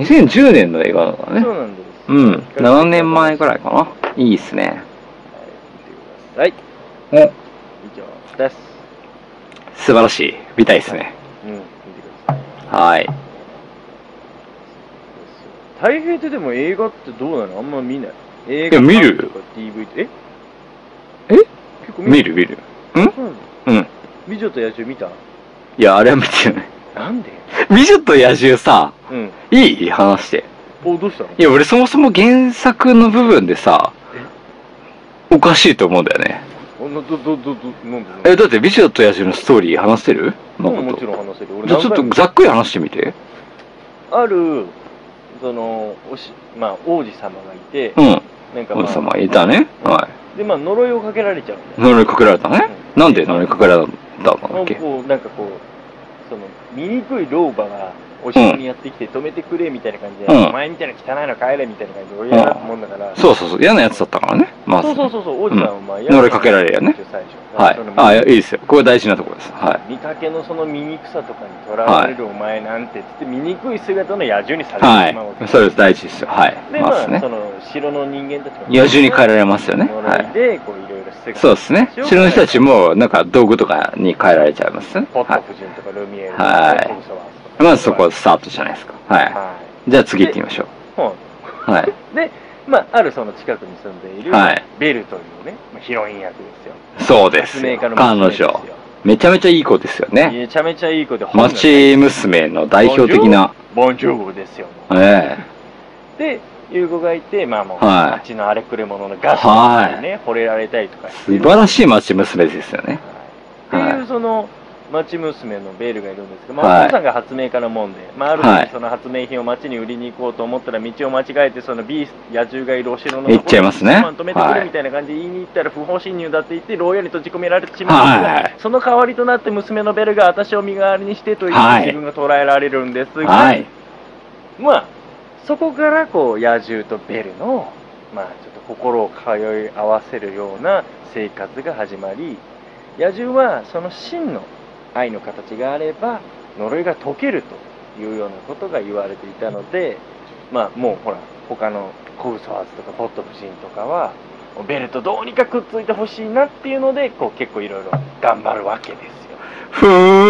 にせんじゅうねんの映画だからね。 そうなんです。 うん。ななねんまえぐらいかな。いいっすね。 はい。 お、 以上です。 素晴らしい。見たいですね。 うん、見てください。 はい。 大平ってでも映画ってどうなの？あんま見ない。映いや見るとか ディーブイディー、 ええ結構見る見る。んそうなの？ うん。 美女と野獣見た？ いや、あれは見てない。 なんで？ 美女と野獣さ、 うん。 いい話して。 お、どうしたの？ いや、俺そもそも原作の部分でさ、おかしいと思うんだよね。 おなど、ど、ど、ど、なんで？ え、だって美女と野獣のストーリー話せるのこと？ もちろん話せる。俺じゃあちょっとざっくり話してみて。 ある、その、おし、まあ、王子様がいて、 うん。 なんか、まあ、 王子様いたね。はで、まあ、呪いをかけられちゃうんだい。 よ。 呪いかけられたね。 うんなんで呪いかけられたんだっけ？ こう、なんかこう、その、醜い老婆がお城にやってきて止めてくれみたいな感じで、 うんお前みたいな汚いの帰れみたいな感じで俺嫌なもんだから、 そうそうそう。嫌なやつだったからね。まず。 そうそうそうそう、王子さんはまあ、 呪いかけられるよね。 最初。 はいその。 あ、いやいいですよ。これ大事なところです。は見かけのその醜さとかにとらわれるお前なんてつって醜い姿の野獣にされい。はてしまうわけい。それ大事ですよ。はい。 で、まあ、 まずねそ。の城の人間たちが野獣に変えられますよね。 呪はいい。 で、こういろいろ姿そうですね。城の人たちも、なんか道具とかに変えられちゃいますよね。 ポッはい。 ト夫人とかルミエールとか、 はいコブソワーズとかまずそこスタートじゃないですか。はい。 はじゃあ次行ってみましょい。はい。 う。はい。 で、まあ、あるその近くに住んでいる、 はいベルというね、まあヒロイン役ですよ。 そうですよ。 発明家の彼娘ですよ女。めちゃめちゃいい子ですよね。 めちゃめちゃいい子で、本が町娘の代表的な。 ボンジュールですよ。 えで、いう子がいて、まあもう、 はい街の荒れくれ者のガスにね、惚れられたりとかしてる素晴らしい町娘ですよね。 はいってはいいうその町娘のベールがいるんですけど、まあ、 はいお父さんが発明家のもんで、まあ、あるはい時その発明品を町に売りに行こうと思ったら道を間違えてそのビース野獣がいるお城の行っちゃいますね止めてくはいれみたいな感じで言いに行ったら不法侵入だって言って牢屋に閉じ込められてしまうんですが、 はいその代わりとなって娘のベルが私を身代わりにしてと言ってはい自分が捕らえられるんですが、 はい。 まあそこからこう野獣とベルのまあちょっと心を通い合わせるような生活が始まり、野獣はその真の愛の形があれば呪いが解けるというようなことが言われていたので、まあもうほら他のコブソワーズとかポット夫人とかはベルとどうにかくっついてほしいなっていうのでこう結構いろいろ頑張るわけですよ。 ふ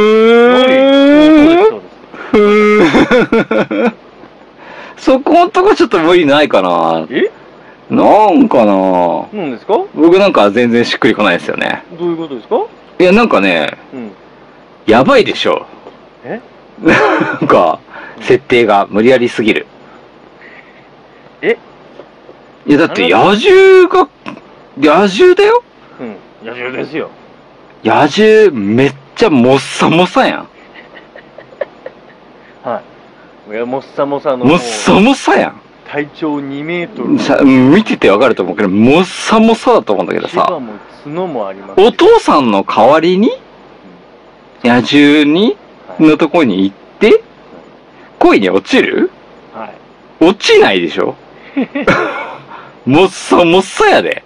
ーん。 そうですそうです。 ふーん。そこんとこちょっと無理ないかな。 え？ なんかな。 なんですか？ 僕なんか全然しっくりこないですよね。 どういうことですか？ いや、なんかね、 うん。 やばいでしょ。 え？ なんか、設定が無理やりすぎる。 え？ いや、だって野獣が、野獣だよ。 うん。野獣ですよ。 野獣めっちゃもっさもさやん。 はい。いや、もっさもさの。 もっさもさやん。 体長にメートル。 さ見ててわかると思うけど、もっさもさだと思うんだけど牙さ、 も角もあります。 お父さんの代わりに、野獣に、 はい。 のとこに行って、恋に落ちる？ はい。 落ちないでしょ。もっさもっさやで。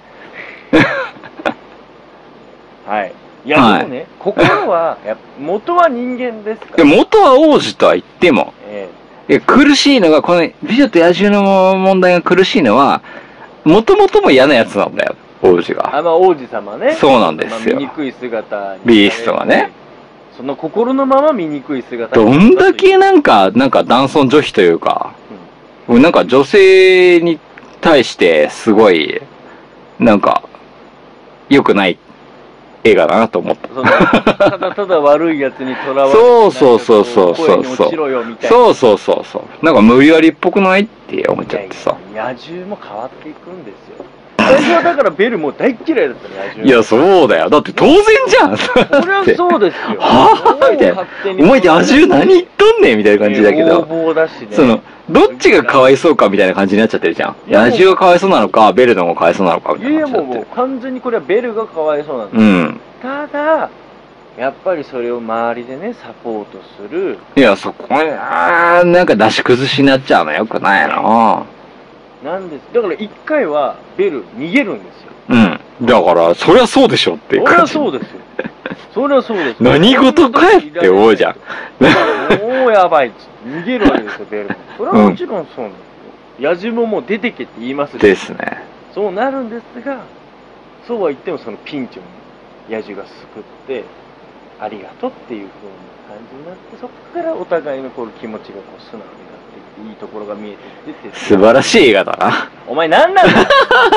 はい。いや、 はいでもね、心は、やっぱ元は人間ですかでら。 元は王子とは言っても、 えいや苦しいのが、この美女と野獣の問題が苦しいのは、もともとも嫌なやつなんだよ、王子えが。 あの王子様ね。 そうなんですよまあ醜い姿に。 ビーストがね。 その心のまま醜い姿どんだけな、 なんか、なんか男尊女卑というか、なんか女性に対してすごい、なんか、良くない映画だなと思った。 そのただただ悪いやつにとらわれて、 そうそうそうそうそうなんかこ声に落ちろよみたいな。 そうそうそうそう。なんか無理やりっぽくないって思っちゃってさ。 いやいや野獣も変わっていくんですよ。最初はだからベルも大っ嫌いだったの、野獣。 いや、そうだよ。だって当然じゃん。 そりゃそうですよ。 はぁみたいな。お前野獣何言っとんねんみたいな感じだけど。 横暴だしね。 その、どっちがかわいそうかみたいな感じになっちゃってるじゃん。野獣がかわいそうなのか、ベルの方がかわいそうなのかみたいいやいやもうな感じになってもう完全にこれはベルがかわいそうなんです。 る。 ただ、やっぱりそれを周りでね、サポートする。 うん。いや、そこに、あーなんか出し崩しになっちゃうのよくないな。 なんです。だから一回はベル逃げるんですよ。 うん。だから、そりゃそうでしょっていうそりゃ感じ。 そうですよ。そりゃそうです。 何事かえって思うじゃん。 もうやばいっつって逃げるわけですよ、ベルも。それはもちろんそうなんですよ。野獣ももう出てけって言いますしですね。 そうなるんですが、 そうは言ってもそのピンチを野獣が救ってありがとうっていう風な感じになって、そこからお互いのこう気持ちがこう素直になっていっていいところが見えてきてって、 素晴らしい映画だな。 お前何なんだ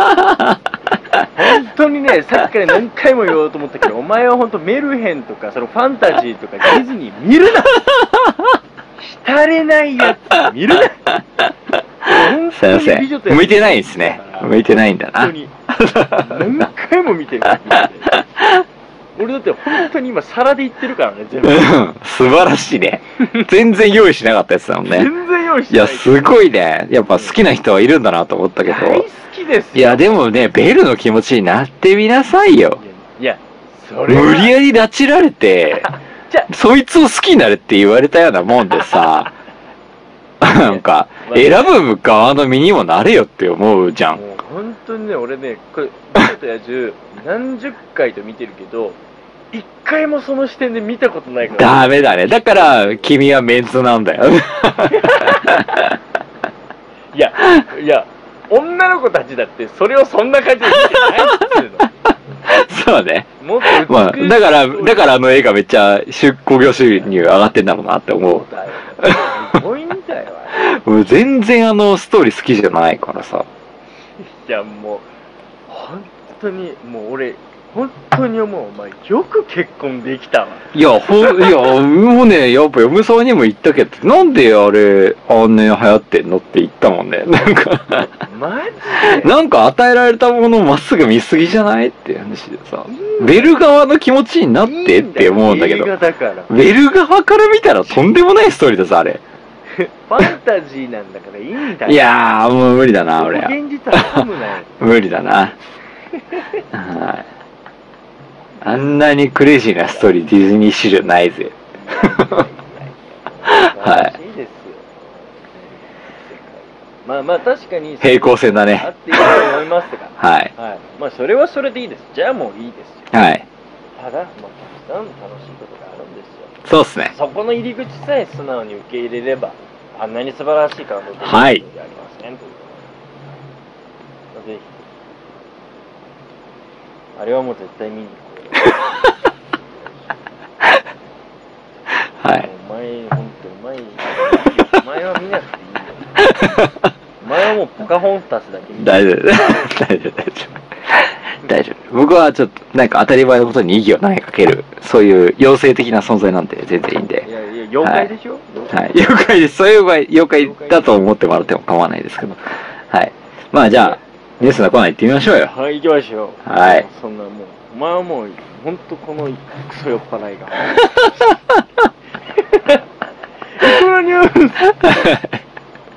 本当にね、さっきから何回も言おうと思ったけど、お前は本当メルヘンとかそのファンタジーとかディズニー見るな浸れないやつ見るなすいません。向いてないんですね。向いてないんだな。 本当に何回も見てる俺だって本当に今皿で言ってるからね、全部素晴らしいね。全然用意しなかったやつだもんね。 全然用意してない。 いや、すごいね。やっぱ好きな人はいるんだなと思ったけど。 大好きですよ。 いや、でもね、ベルの気持ちになってみなさいよ。 いや、それは無理やり拉致られて、そいつを好きになれって言われたようなもんでさ、なんか、選ぶ側の身にもなれよって思うじゃん。 もう本当にね、俺ね、これ、美女と野獣何十回と見てるけど、一回もその視点で見たことないから。 ダメだね。だから、君はメンズなんだよ。 いや、いや、女の子たちだってそれをそんな感じで見てないっていうの。 そうね。 もっと美しい。 まあ、だから、だからあの映画めっちゃ出興行収入上がってんだろうなって思う。 そうだよ。すごいんだよ、あれ。 もう全然あのストーリー好きじゃないからさ。 いや、もう、本当に、もう俺、本当に思う。お前、よく結婚できたわ。 いや、ほん、いや、もうね、やっぱ嫁さんにも言ったけど、なんであれ、あんなに流行ってんのって言ったもんね。なんかマジでなんか与えられたものをまっすぐ見すぎじゃないっていう話でさ、ベル側の気持ちになってって思うんだけど、 映画だからベル側から見たらとんでもないストーリーだぞ、あれ。 ファンタジーなんだからいいんだよ。 いやー、もう無理だな、俺は。 現実は含むなよ。 無理だな。はい。あんなにクレイジーなストーリーディズニー史上ないぜ。はい。いいですよ。 まあまあ確かに平行線だね。 あっていいと思いますが。 はい。 はい。まあそれはそれでいいです。じゃあもういいですよ。 はい。 ただ、まあたくさん楽しいことがあるんですよ。 そうっすね。 そこの入り口さえ素直に受け入れれば、あんなに素晴らしい感動ではい。 ありますね。ということで。ぜひ。あれはもう絶対見に行こう。 はい。 お前、ほんと、お前、お前は見なくていいよ。お前はもうポカホンタスだけ見て。 大丈夫。大丈夫、大丈夫。大丈夫。僕はちょっと、なんか当たり前のことに意義を投げかける、そういう妖精的な存在なんで全然いいんで。 いやいや、妖怪でしょ、 はい、妖怪です。そういう場合、妖怪だと思ってもらっても構わないですけど。はい。まあじゃあ、ニュースのコーナー行ってみましょうよ。 はい、行きましょう。 はい。 そんなもう、お前はもう、ほんとこのクソ酔っ払いが。このニュース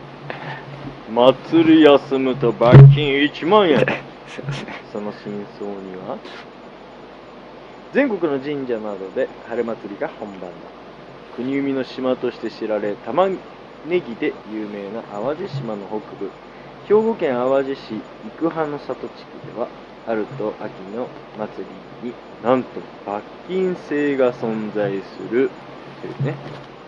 祭り休むと罰金いちまんえん。 すいません。 その真相には、全国の神社などで春祭りが本番だ。国生みの島として知られ、玉ねぎで有名な淡路島の北部、兵庫県淡路市生羽の里地区では、春と秋の祭りになんと罰金制が存在するというね。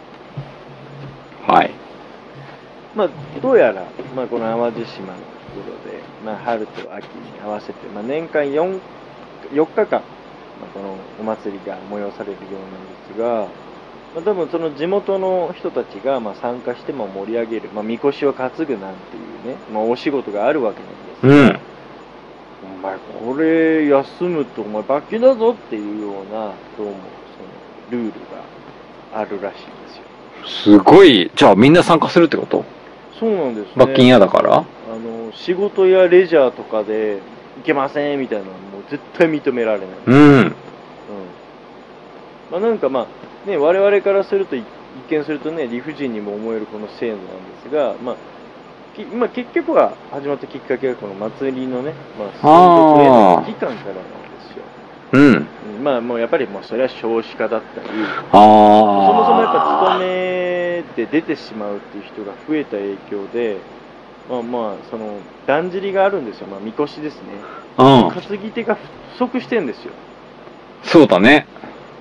はい。 まあ、どうやら、まあ、この淡路島のところで、まあ、春と秋に合わせて、まあ、年間 よん, よっかかん、まあ、このお祭りが催されるようなんですが、まあ、多分その地元の人たちがまあ参加しても盛り上げる、まあ、みこしを担ぐなんていうね、まあ、お仕事があるわけなんです。うん。お前これ休むとお前罰金だぞっていうような、どうもそのルールがあるらしいんですよ。 すごい。じゃあみんな参加するってこと？ そうなんですね。 罰金嫌だから？ あの仕事やレジャーとかで行けませんみたいなのもう絶対認められない。 うん。うん。 まあなんかまあね、我々からすると一見するとね、理不尽にも思えるこの制度なんですが、まあ、きまあ、結局は始まったきっかけがこの祭りのね、まあ、制度への期間からなんですよ。 うん。 まあもうやっぱりもうそれは少子化だったり、 ああ。 そもそもやっぱ勤めで出てしまうっていう人が増えた影響で、まあまあそのだんじりがあるんですよ。まあみこしですね。 うん。 担ぎ手が不足してるんですよ。 そうだね。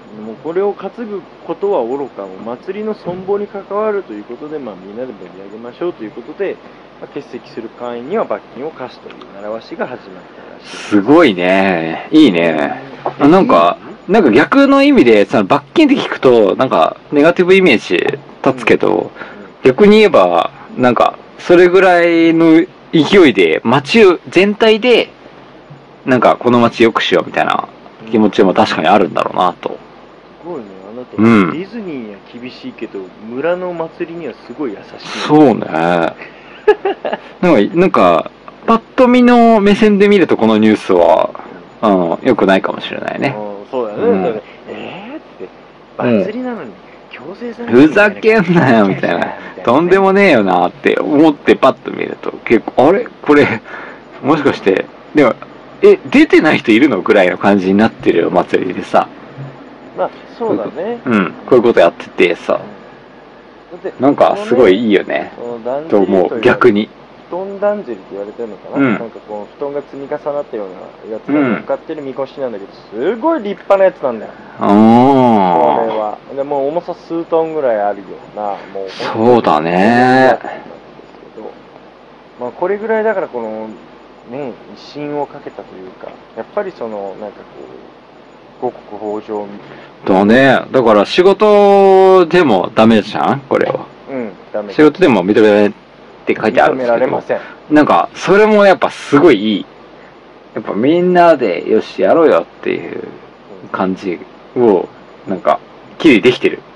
もうこれを担ぐことは愚か、もう祭りの存亡に関わるということで、まあ、みんなで盛り上げましょうということで、まあ、欠席する会員には罰金を課すという習わしが始まったらしい。 すごいね。いいね。あなんか、なんか逆の意味で、その罰金って聞くと、なんか、ネガティブイメージ立つけど、うんうん、逆に言えば、なんか、それぐらいの勢いで、街全体で、なんか、この街良くしようみたいな気持ちも確かにあるんだろうなと。 すごいね。あなた、うん、ディズニーには厳しいけど、村の祭りにはすごい優しい。 そうね。なんか、なんか、パッと見の目線で見るとこのニュースは、うん、良くないかもしれないね。 うん、そうだね。うん、だえーって、祭りなのに強制されてふざけんなよみたいな、とんでもねえよなって思ってパッと見ると、結構、あれこれ、もしかして、でも、え、出てない人いるのぐらいの感じになってるよ、祭りでさ。 まあ、そうだね。 うん、こういうことやっててさ。なんか、すごいいいよね。と思う、逆に。 布団だんじりって言われてるのかな、うん、なんかこう、布団が積み重なったようなやつが乗っかってるみこしなんだけど、すごい立派なやつなんだよ。これは。でもう重さ数トンぐらいあるような、もう。 そうだね。 まあ、これぐらいだから、この、ね、威信をかけたというか、やっぱりその、なんかこう、五穀豊穣みたいな。 だね。だから仕事でもダメじゃんこれは。 うん、ダメ。 仕事でも認められって書いてあるんですけど。認められません。なんか、それもやっぱすごいいい。やっぱみんなでよしやろうよっていう感じを、なんか、きれいできてる。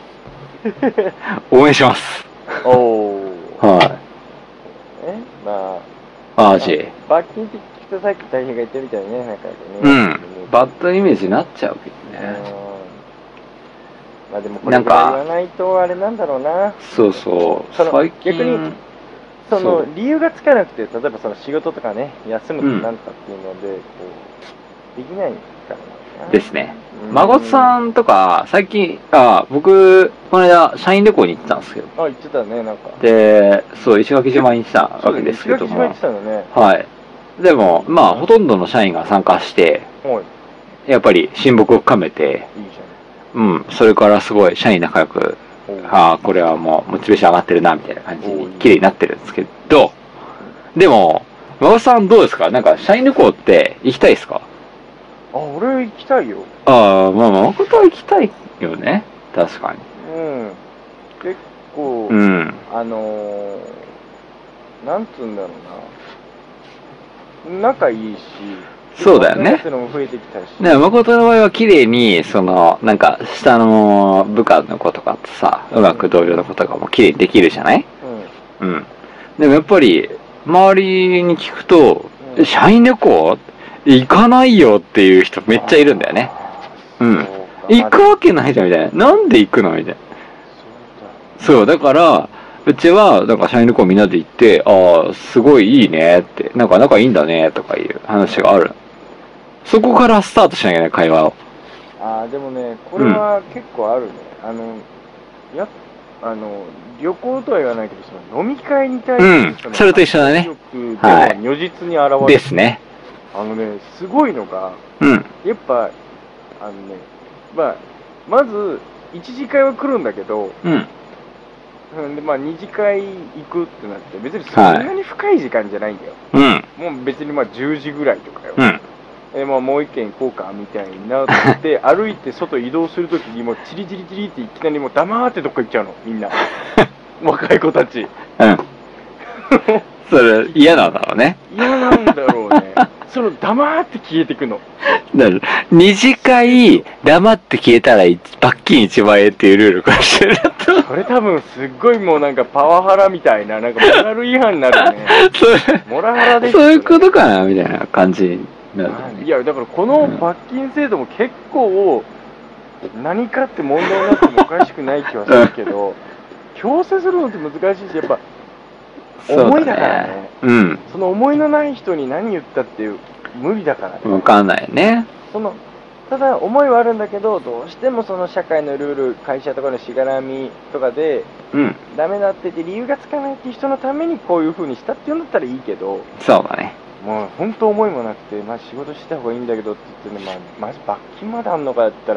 応援します。 おー。 はい。 えまあ、マジ。 罰金って聞くとさっき大変が言ったみたいにね、なんかね。 うん。バッドイメージになっちゃうけどね。 まあでもこれぐらい言わないとあれなんだろうな。 そうそう。 その逆に、その理由がつかなくて、例えばその仕事とかね、休むってなんかっていうので、こう、できないからな。 ですね。孫さんとか、最近、あ、僕、この間、社員旅行に行ってたんですけど。 あ、行ってたね、なんか。 で、そう、石垣島に行ってたわけですけども。 石垣島行ってたのね。 はい。でも、まあ、ほとんどの社員が参加して、やっぱり親睦を深めて、いいじゃん。うん、それからすごい社員仲良く、ああ、これはもうモチベーション上がってるな、みたいな感じに綺麗になってるんですけど、でも、孫さんどうですか？なんか、社員旅行って行きたいですか？ あ、俺行きたいよ。 ああ、まあまあ、誠は行きたいよね。確かに。 うん。結構、 うん、 あのー、なんつうんだろうな。仲いいし、 そうだよね。ね、誠の場合は綺麗に、その、なんか、下の部下の子とかとさ、うまく同僚の子とかも綺麗にできるじゃない？うん。うん。でもやっぱり、周りに聞くと、うん、社員旅行行かないよっていう人めっちゃいるんだよね。うん。行くわけないじゃんみたいな。なんで行くのみたいな。そう、だから、うちは、なんか社員旅行みんなで行って、ああ、すごいいいねって、なんか仲いいんだねとかいう話がある。そこからスタートしなきゃね、会話を。 ああ、でもね、これは結構あるね。うん、あの、やあの、旅行とは言わないけど、その飲み会に対して、 うん、それと一緒だね。 はい。如実に現れる。 ですね。 あのね、すごいのが、 うん。 やっぱ、あのね、まあ、まず、一次会は来るんだけど、 うん。 で、まあ、二次会行くってなって、別にそんなに深い時間じゃないんだよ。 うん。 もう別にまあじゅうじぐらいとかよ。 うん。 えまあ、もう一軒行こうかみたいになって歩いて外移動するときにもうチリチリチリっていきなりもう黙ってどっか行っちゃうのみんな若い子たち。 うんそれ嫌なんだろうね。 嫌なんだろうね。その黙って消えてくの。 だから二次会黙って消えたら罰金いちまん円っていうルールかもしれない。 それ多分すっごいもうなんかパワハラみたいななんかモラル違反になるね。 それモラハラです、 ね、そういうことかなみたいな感じになる、ね。 いやだからこの罰金制度も結構何かって問題になってもおかしくない気はするけど、強制するのって難しいしやっぱ。思いだからね。 うん。 その思いのない人に何言ったって無理だからね。 わかんないね。 そのただ思いはあるんだけど、どうしてもその社会のルール、会社とかのしがらみとかで、うん、ダメだってて理由がつかないっていう人のためにこういう風にしたっていうんだったらいいけど、 そうだね。 もう本当思いもなくて、まあ仕事した方がいいんだけどって言ってね、まあマジ罰金まであんのかやったら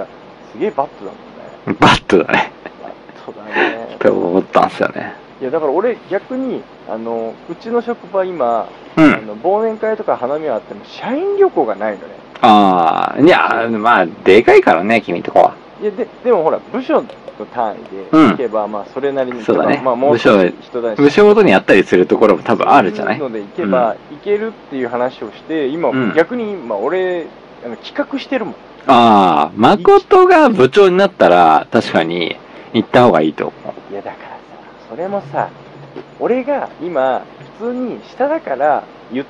すげえバットだもんね。 バットだね。 バットだね。 って思ったんですよね。 いやだから俺逆にあのうちの職場今、 うん、 あの忘年会とか花見はあっても社員旅行がないのね。 ああ、いや、まあ、でかいからね、君とこは。 いやででもほら部署の単位で行けば、うん、まあそれなりにそうだね、 まあ、もう部署部署ごとにやったりするところも多分あるじゃない。 そういうので行けば、うん、行けるっていう話をして今、うん、逆に今俺あの企画してるもん。 ああ、誠が部長になったら確かに行った方がいいと思う。いやだからさ、それもさ、俺が今普通に下だから言って、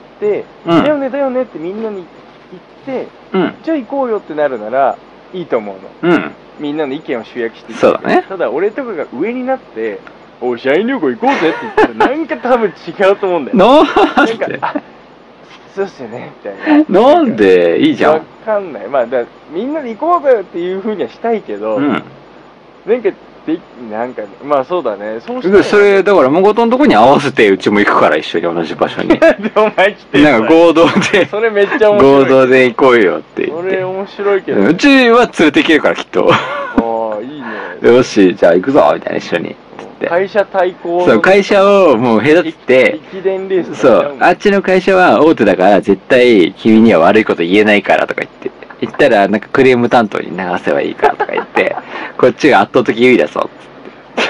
うん、だよねだよねってみんなに言って、うん、じゃあ行こうよってなるならいいと思うの。うん。みんなの意見を集約していく。 そうだね。 ただ俺とかが上になってお社員旅行行こうぜって言ったらなんか多分違うと思うんだよ。 なんでなんかあそうっすよねみたいな。なんでいいじゃん。 わかんない。まあだみんなで行こうぜっていう風にはしたいけど、うん、なんかでなんかまあそうだね。そうしたらそれだから誠のとこに合わせてうちも行くから一緒に同じ場所に。 でお前来てなんか合同でそれめっちゃ面白い。 合同で行こうよって言って。 それ面白いけど、ね。 うちは連れて行けるからきっと。 ああいいね。 よしじゃあ行くぞみたいな一緒に。 会社対抗そう会社をもう隔てて駅伝レースそうあっちの会社は大手だから絶対君には悪いこと言えないからとか言って言ったらなんかクレーム担当に流せばいいからとか言ってこっちが圧倒的優位だぞっつ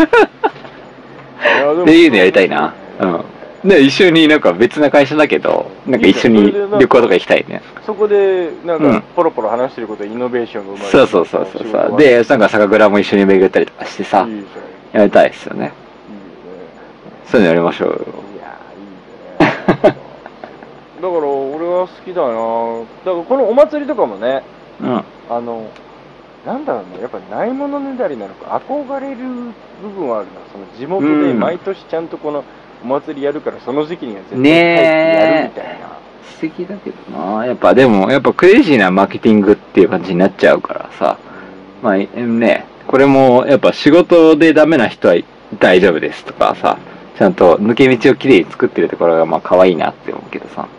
ってっていうのやりたいな。うんで一緒になんか別な会社だけどなんか一緒に旅行とか行きたいね。 そこでなんかポロポロ話してることでイノベーションが生まれる。 そうそうそうそうそうでなんか酒蔵も一緒に巡ったりとかしてさいいやりたいですよね。いいね。そういうのやりましょうよ。 いやいいね。だから俺は好きだな。だからこのお祭りとかもね、うん、あのなんだろうね、やっぱないものねだりなのか憧れる部分はあるな。その地元で毎年ちゃんとこのお祭りやるからその時期には絶対帰ってやるみたいな。ね素敵だけどな。やっぱでもやっぱクレイジーなマーケティングっていう感じになっちゃうからさ。まあね。これもやっぱ仕事でダメな人は大丈夫ですとかさちゃんと抜け道をきれいに作ってるところがまあ可愛いなって思うけどさ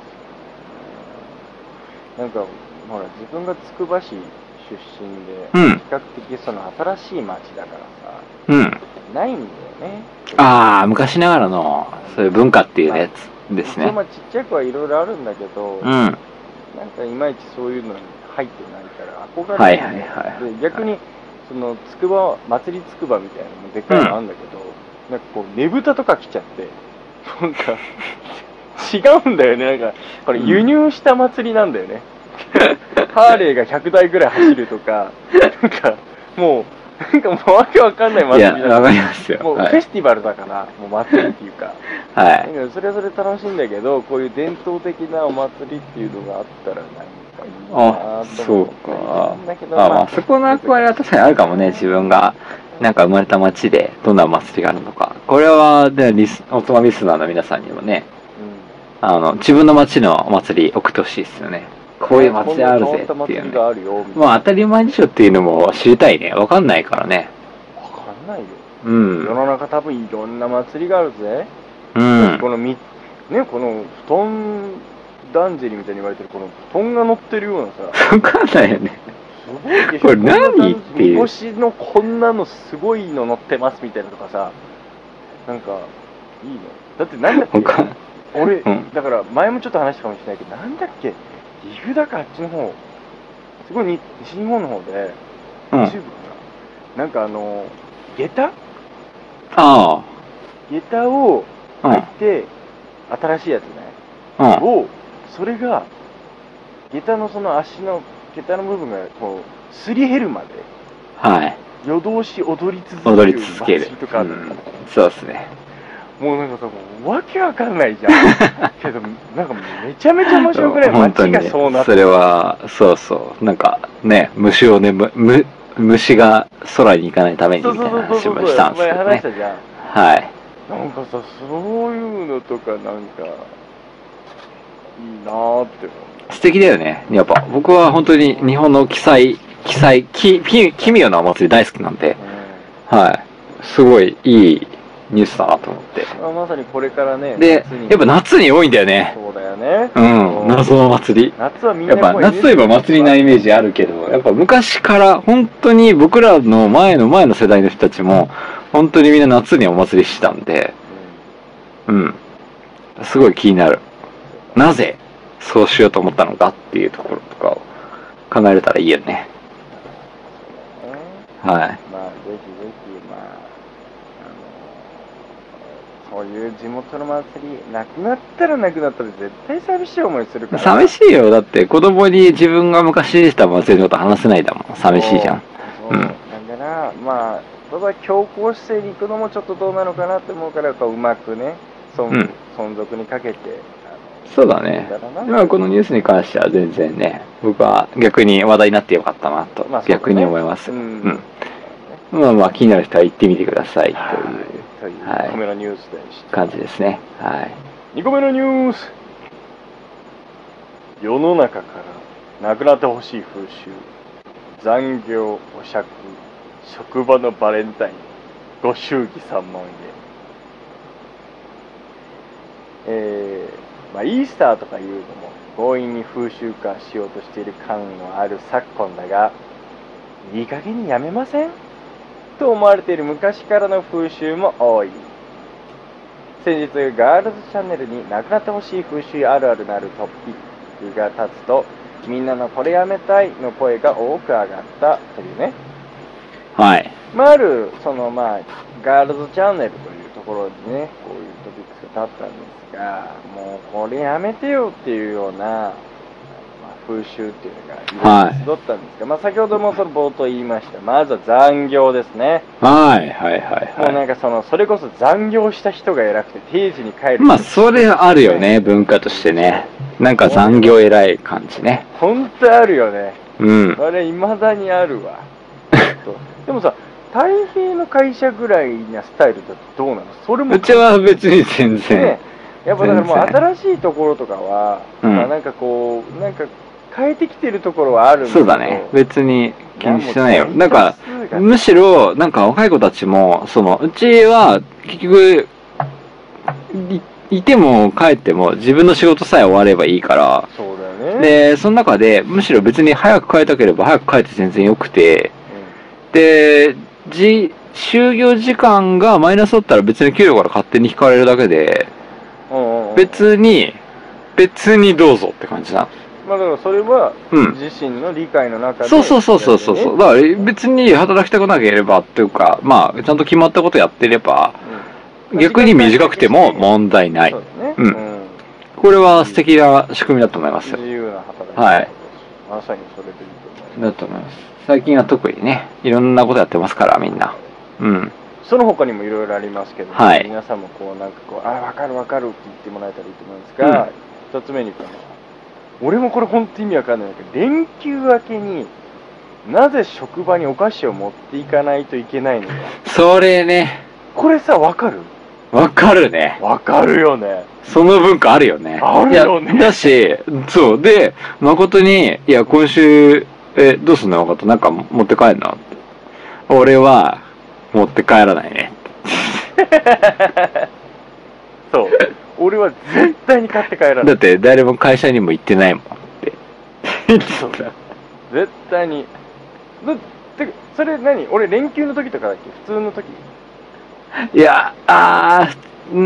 なんかほら自分がつくば市出身で、うん、比較的その新しい町だからさ、うん、ないんだよね。 ああ昔ながらのそういう文化っていうやつですね。 まあちっちゃくはいろいろあるんだけど、うん、なんかいまいちそういうのに入ってないから憧れないんだよ。はいはいはい、で逆に、はいそのつくば祭りつくばみたいなのもでっかいのあるんだけど、うん、なんかこうねぶたとか来ちゃってなんか違うんだよね。なんかこれ輸入した祭りなんだよね、うん、ハーレーがひゃくだいぐらい走るとかなんかもうなんかもうわけわかんない祭りなんだ。 いやわかりますよ。 もうフェスティバルだから、はい、もう祭りっていうかはいなんかそれはそれ楽しいんだけどこういう伝統的なお祭りっていうのがあったら何あ、そうか。あ、まあ、そこの役割は確かにあるかもね。自分が、なんか生まれた街で、どんなお祭りがあるのか。これは、で、リス、おつまみリスナーの皆さんにもね、うん、あの、自分の街のお祭り送ってほしいですよね。こういう祭りあるぜっていうね。まあ、当たり前でしょっていうのも知りたいね。わかんないからね。 わかんないよ。 うん。 世の中多分いろんな祭りがあるぜ。うん。このみ、ね、この布団、だんじりみたいに言われてるこの布団が乗ってるようなさわかんないよねすごいでしょ。 これ何っていうみこしのこんなのすごいの乗ってますみたいなとかさなんかいいね。だってなんだっけ俺、うん、だから前もちょっと話したかもしれないけどなんだっけ岐阜だかあっちの方すごいに西日本の方で、うん、中部かななんかあの下駄ああ下駄を履いて、うん、新しいやつね、うん、をそれが下駄のその足の下駄の部分がこうすり減るまで、 はい、 夜通し踊り続ける踊り続けるとかある、うん、 そうですね。 もうなんかさもうわけわかんないじゃんけどなんかめちゃめちゃ面白くない街がそうなって、 それはそうそうなんかね虫をねむむ虫が空に行かないためにみたいな話もしたんですけどね。 話したじゃん。 はい。 なんかさそういうのとかなんかいいなーって思う。 素敵だよね。やっぱ僕は本当に日本の奇祭奇祭奇奇妙なお祭り大好きなんで、うん、はいすごいいいニュースだなと思って。 まあ、まさにこれからね。 で、やっぱ夏に多いんだよね。 そうだよね。 うん、謎の祭り。 夏はみんなやっぱ夏といえば祭りなイメージあるけど、やっぱ昔から本当に僕らの前の前の世代の人たちも、本当にみんな夏にお祭りしてたんで、うん、うん。すごい気になる。なぜそうしようと思ったのかっていうところとかを考えれたらいいよね。はい。まあ、ぜひぜひ、まあ、あの、そういう地元の祭り、なくなったらなくなったら絶対寂しい思いするから。 寂しいよ。だって子供に自分が昔した祭りのこと話せないだもん。寂しいじゃん。 そう。うん。なんでな、まあ、ただ強行姿勢に行くのもちょっとどうなのかなって思うから、やっぱうまくね、存、うん、存続にかけて、 そうだね。今このニュースに関しては全然ね、僕は逆に話題になってよかったなと、まあね、逆に思います。うん。うん、まあまあ気になる人は行ってみてくださいという、 はい、にこめのニュースでした。 感じですね。はい。 にこめのニュース。世の中からなくなってほしい風習、残業、お酌、職場のバレンタイン、ご祝儀さんまんえん。えー、まあ、イースターとかいうのも強引に風習化しようとしている感のある昨今だが、いい加減にやめませんと思われている昔からの風習も多い。先日ガールズチャンネルになくなってほしい風習あるあるなるトピックが立つと、みんなのこれやめたいの声が多く上がったというね。 はい。 まあ、あるそのまあガールズチャンネルというところにね、こういうトピックスが立ったんですが、もうこれやめてよっていうような、まあ、風習っていうのがいろいろ集ったんですが、はい、まあ先ほどもその冒頭言いました、まずは残業ですね。 はいはいはいはい。 もうなんかそのそれこそ残業した人が偉くて定時に帰る。 まあそれあるよね、文化としてね。なんか残業偉い感じね。 本当あるよね。 うん。 あれ未だにあるわ。でもさ、太平の会社ぐらいなスタイルだとどうなの？それもうちは別に全然、ね、 やっぱだからもう新しいところとかは、うん、まあなんかこうなんか変えてきてるところはあるんだけど、 そうだね、別に気にしてないよ。なんかむしろなんか若い子たちもそのうちは結局 い, いても帰っても自分の仕事さえ終わればいいから、 そうだよね。 でその中でむしろ別に早く帰りたければ早く帰って全然よくて、うん、でじ就業時間がマイナスだったら別に給料から勝手に引かれるだけで、別に別にどうぞって感じな。 まあだからそれは自身の理解の中で、 うん、そうそうそうそうそう。だから別に働きたくなければっていうか、まあちゃんと決まったことやってれば、うん、逆に短くても問題ない。そうだね。うん。うん、これは素敵な仕組みだと思いますよ。 自由な働き方。 はい。 まさにそれでいいと思います。だと思います。最近は特にね、いろんなことやってますからみんな。うん。 その他にもいろいろありますけど、 はい、 皆さんもこうなんかこう、あ、分かる分かるって言ってもらえたらいいと思うんですが、一、うん、つ目にこの、俺もこれ本当意味わかんないんだけど、連休明けになぜ職場にお菓子を持っていかないといけないのか。 それね。 これさ、分かる？ 分かるね。 分かるよね。 その文化あるよね。 あるよね。 だし、そう。で、誠に、いや、今週、え、どうすんの誠なんか持って帰んのって。俺は、持って帰らないね。 そう。俺は絶対に買って帰らない。 だって誰も会社にも行ってないもんって。 そうだ。絶対に。だってそれ何？俺連休の時とかだっけ？普通の時？ いや、あー、うん、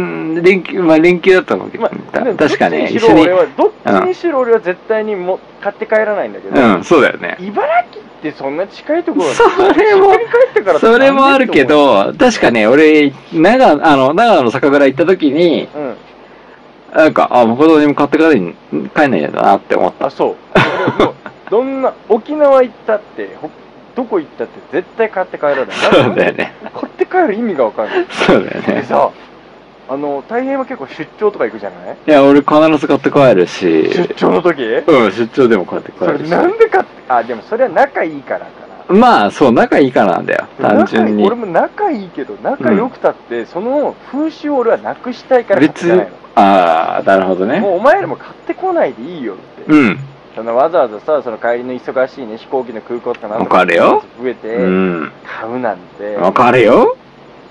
連休、まあ連休だったのけど、まあ、確かね、 一緒に。どっちにしろ俺は絶対にも買って帰らないんだけど、 うん、そうだよね。 茨城ってそんな近いところそれも、それもあるけど、確かね、俺、長野、あの、長野の酒蔵行った時に、うん、なんか、あ、誠にも買って帰んないんだなって思った。 あ、そう。もうどんな、沖縄行ったって、どこ行ったって絶対買って帰らない。 そうだよね。 買って帰る意味がわかんない。 そうだよね。 でさ、あの、大変は結構出張とか行くじゃない？ いや、俺必ず買って帰るし。 出張の時？ うん、出張でも買って帰るし。 それなんで買って、あ、でもそれは仲いいからかな。まあ、そう、仲いいからなんだよ、単純に。 俺も仲いいけど、仲良くたって、うん、その風習を俺はなくしたいから買ってないの。別に、 ああ、なるほどね。 もうお前らも買ってこないでいいよって。 うん。 そのわざわざさ、その帰りの忙しいね、飛行機の空港とかなんとか増えて、うん、買うなんて。 わかるよ。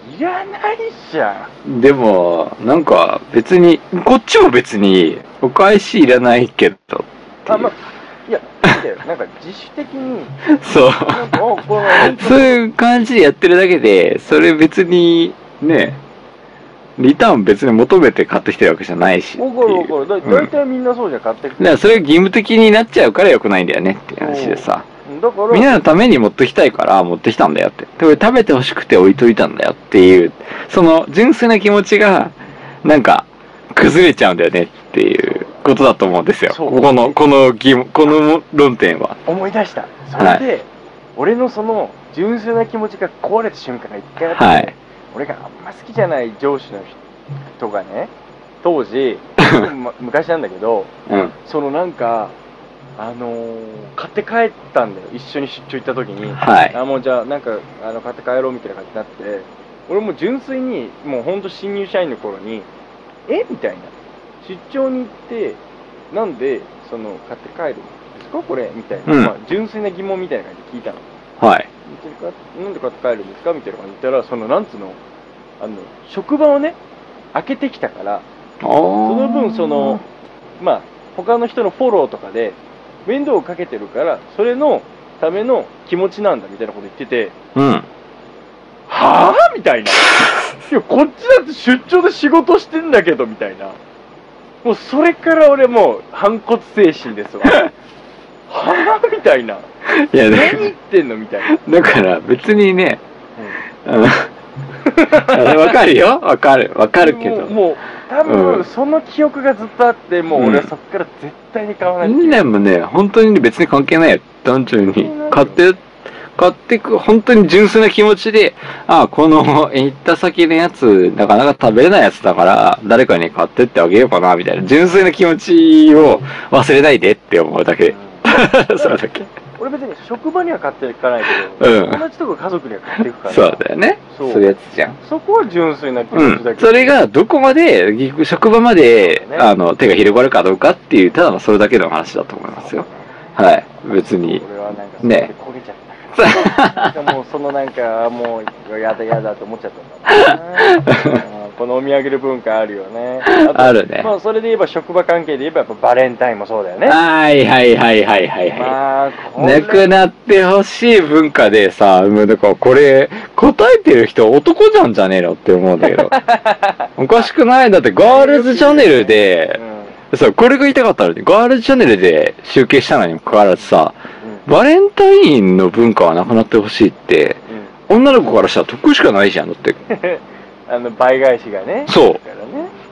いらないじゃん。 でも、なんか別に、こっちも別にお返しいらないけど。 あ、まあ、いや、いいんだよ。なんか自主的に。 そう。 なんか、お、これ、 そういう感じでやってるだけで、それ別に、ね、リターン別に求めて買ってきてるわけじゃないし。 わかるわかる。だだいたいみんなそうじゃん、買ってくる。 だからそれが義務的になっちゃうから良くないんだよねっていう話でさ。 だからみんなのために持ってきたいから持ってきたんだよって。これ食べてほしくて置いといたんだよっていう、その純粋な気持ちが、なんか、崩れちゃうんだよねっていうことだと思うんですよ。ここの、この義務、この論点は。 思い出した。それで、はい、俺のその純粋な気持ちが壊れた瞬間が一回あって、はい、俺があんま好きじゃない上司の人がね、当時、昔なんだけど、うん、そのなんか、あのー、買って帰ったんだよ。一緒に出張行った時に、はい、あ、もうじゃあなんかあの買って帰ろうみたいな感じになって、俺も純粋にもうほんと新入社員の頃に、えみたいな、出張に行ってなんでその買って帰るんですかこれみたいな、うん、まあ、純粋な疑問みたいな感じで聞いたの。はい。なんで買って帰るんですかみたいな感じで言ったら、そのなんつうの、あの職場をね開けてきたから、その分そのまあ他の人のフォローとかで面倒をかけてるから、それのための気持ちなんだみたいなこと言ってて、うん、はぁみたいな。いや、こっちだって出張で仕事してんだけどみたいな。もうそれから俺もう反骨精神ですわ。はぁみたいな。いや、何言ってんのみたいな。だから別にね、うん、わかるよ、わかる、わかるけど。 もう、もう多分、その記憶がずっとあって、もう俺はそっから絶対に買わない。 みんなもね、本当に別に関係ないよ。単純に。買って、買ってく、本当に純粋な気持ちで、ああ、この行った先のやつ、なかなか食べれないやつだから、誰かに買ってってあげようかな、みたいな。純粋な気持ちを忘れないでって思うだけ。うん、それだけ。 俺別に職場には買っていかないけど、うん、友達とか家族には買っていくから。 そうだよね。そういうやつじゃん。 そこは純粋な気持ちだけど、 うん、それがどこまで職場まで、ね、あの手が広がるかどうかっていう、ただのそれだけの話だと思いますよ。はい。別に。 俺はなんかそれで焦げちゃったから、ね、もうそのなんかもうやだやだと思っちゃったんだな。このお土産の文化あるよね。あ, あるね。 まあそれで言えば職場関係で言えばやっぱバレンタインもそうだよね。 はいはいはいはいはいはい。まあ、なくなってほしい文化でさ、だからこれ答えてる人男じゃんじゃねえのって思うんだけど。おかしくない？だってガールズチャンネルで、うん、そうこれが言いたかったのにガールズチャンネルで集計したのにもかかわらずさ、うん、バレンタインの文化はなくなってほしいって、うん、女の子からしたら得しかないじゃんだって。 あの倍返しがね。 そう。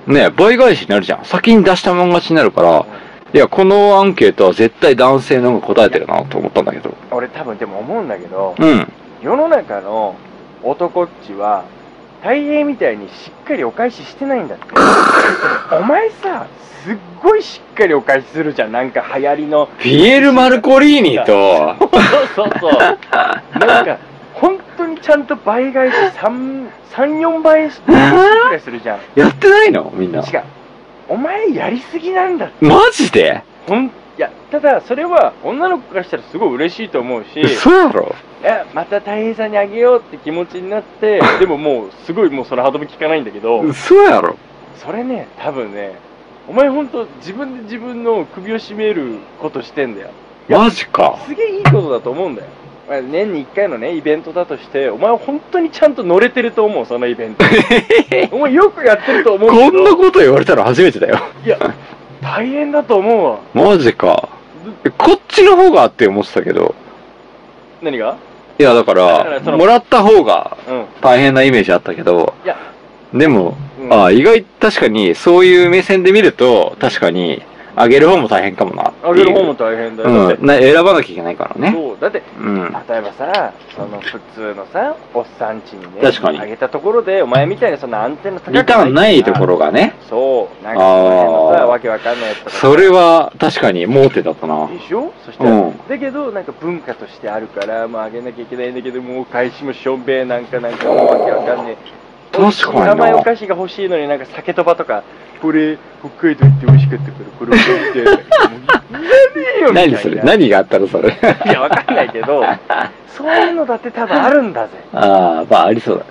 ね、倍返しになるじゃん。先に出したもん勝ちになるから、うん、いや、このアンケートは絶対男性の方が答えてるなと思ったんだけど。 俺多分でも思うんだけど、うん、世の中の男っちは、大平みたいにしっかりお返ししてないんだって。お前さ、すっごいしっかりお返しするじゃん。なんか流行りの。 ピエール・マルコリーニと。 そうそうそう。なんか、本当にちゃんと倍返しさん、よんばいぐらいするじゃん。 やってないのみんな。 違う。お前やりすぎなんだって。 マジで？ ほん、いや、ただそれは女の子からしたらすごい嬉しいと思うし。 そうやろ？ いや、また大平さんにあげようって気持ちになって、でももうすごいもうそれ歯止め効かないんだけど。 そうやろ？ それね、多分ね、お前ほんと自分で自分の首を絞めることしてんだよ。 マジか。 すげえいいことだと思うんだよ。年にいっかいのね、イベントだとして、お前は本当にちゃんと乗れてると思う、そのイベント。お前よくやってると思うけど。 こんなこと言われたら初めてだよ。 いや、大変だと思うわ。 マジか。こっちの方がって思ってたけど。 何が？ いや、だから、もらった方が大変なイメージあったけど、いやでも、うん、あ意外、確かに、そういう目線で見ると、確かに、あげる方も大変かもな。 あげる方も大変だよ。 うん、選ばなきゃいけないからね。 そう。だって、うん、例えばさ、その普通のさ、おっさんちにね、 確かにあげたところで、お前みたいなそのアンテナ高くない。 リターンないところがね。 そう。なんかその辺のさ、わけわかんないやつとか。 それは確かに盲点だったな。 でしょ？そしたら、うん、だけど、なんか文化としてあるから、もうあげなきゃいけないんだけど、もう返しもしょんべいなんかなんかもうわけわかんねえ。 確かに名前お菓子が欲しいのになんか酒とばとか、これ北海道行って美味しかったからこれ送っていらねえよみたいな。 何それ？何があったのそれ？ いやわかんないけど、そういうのだって多分あるんだぜ。 ああ、まあありそうだね。 あ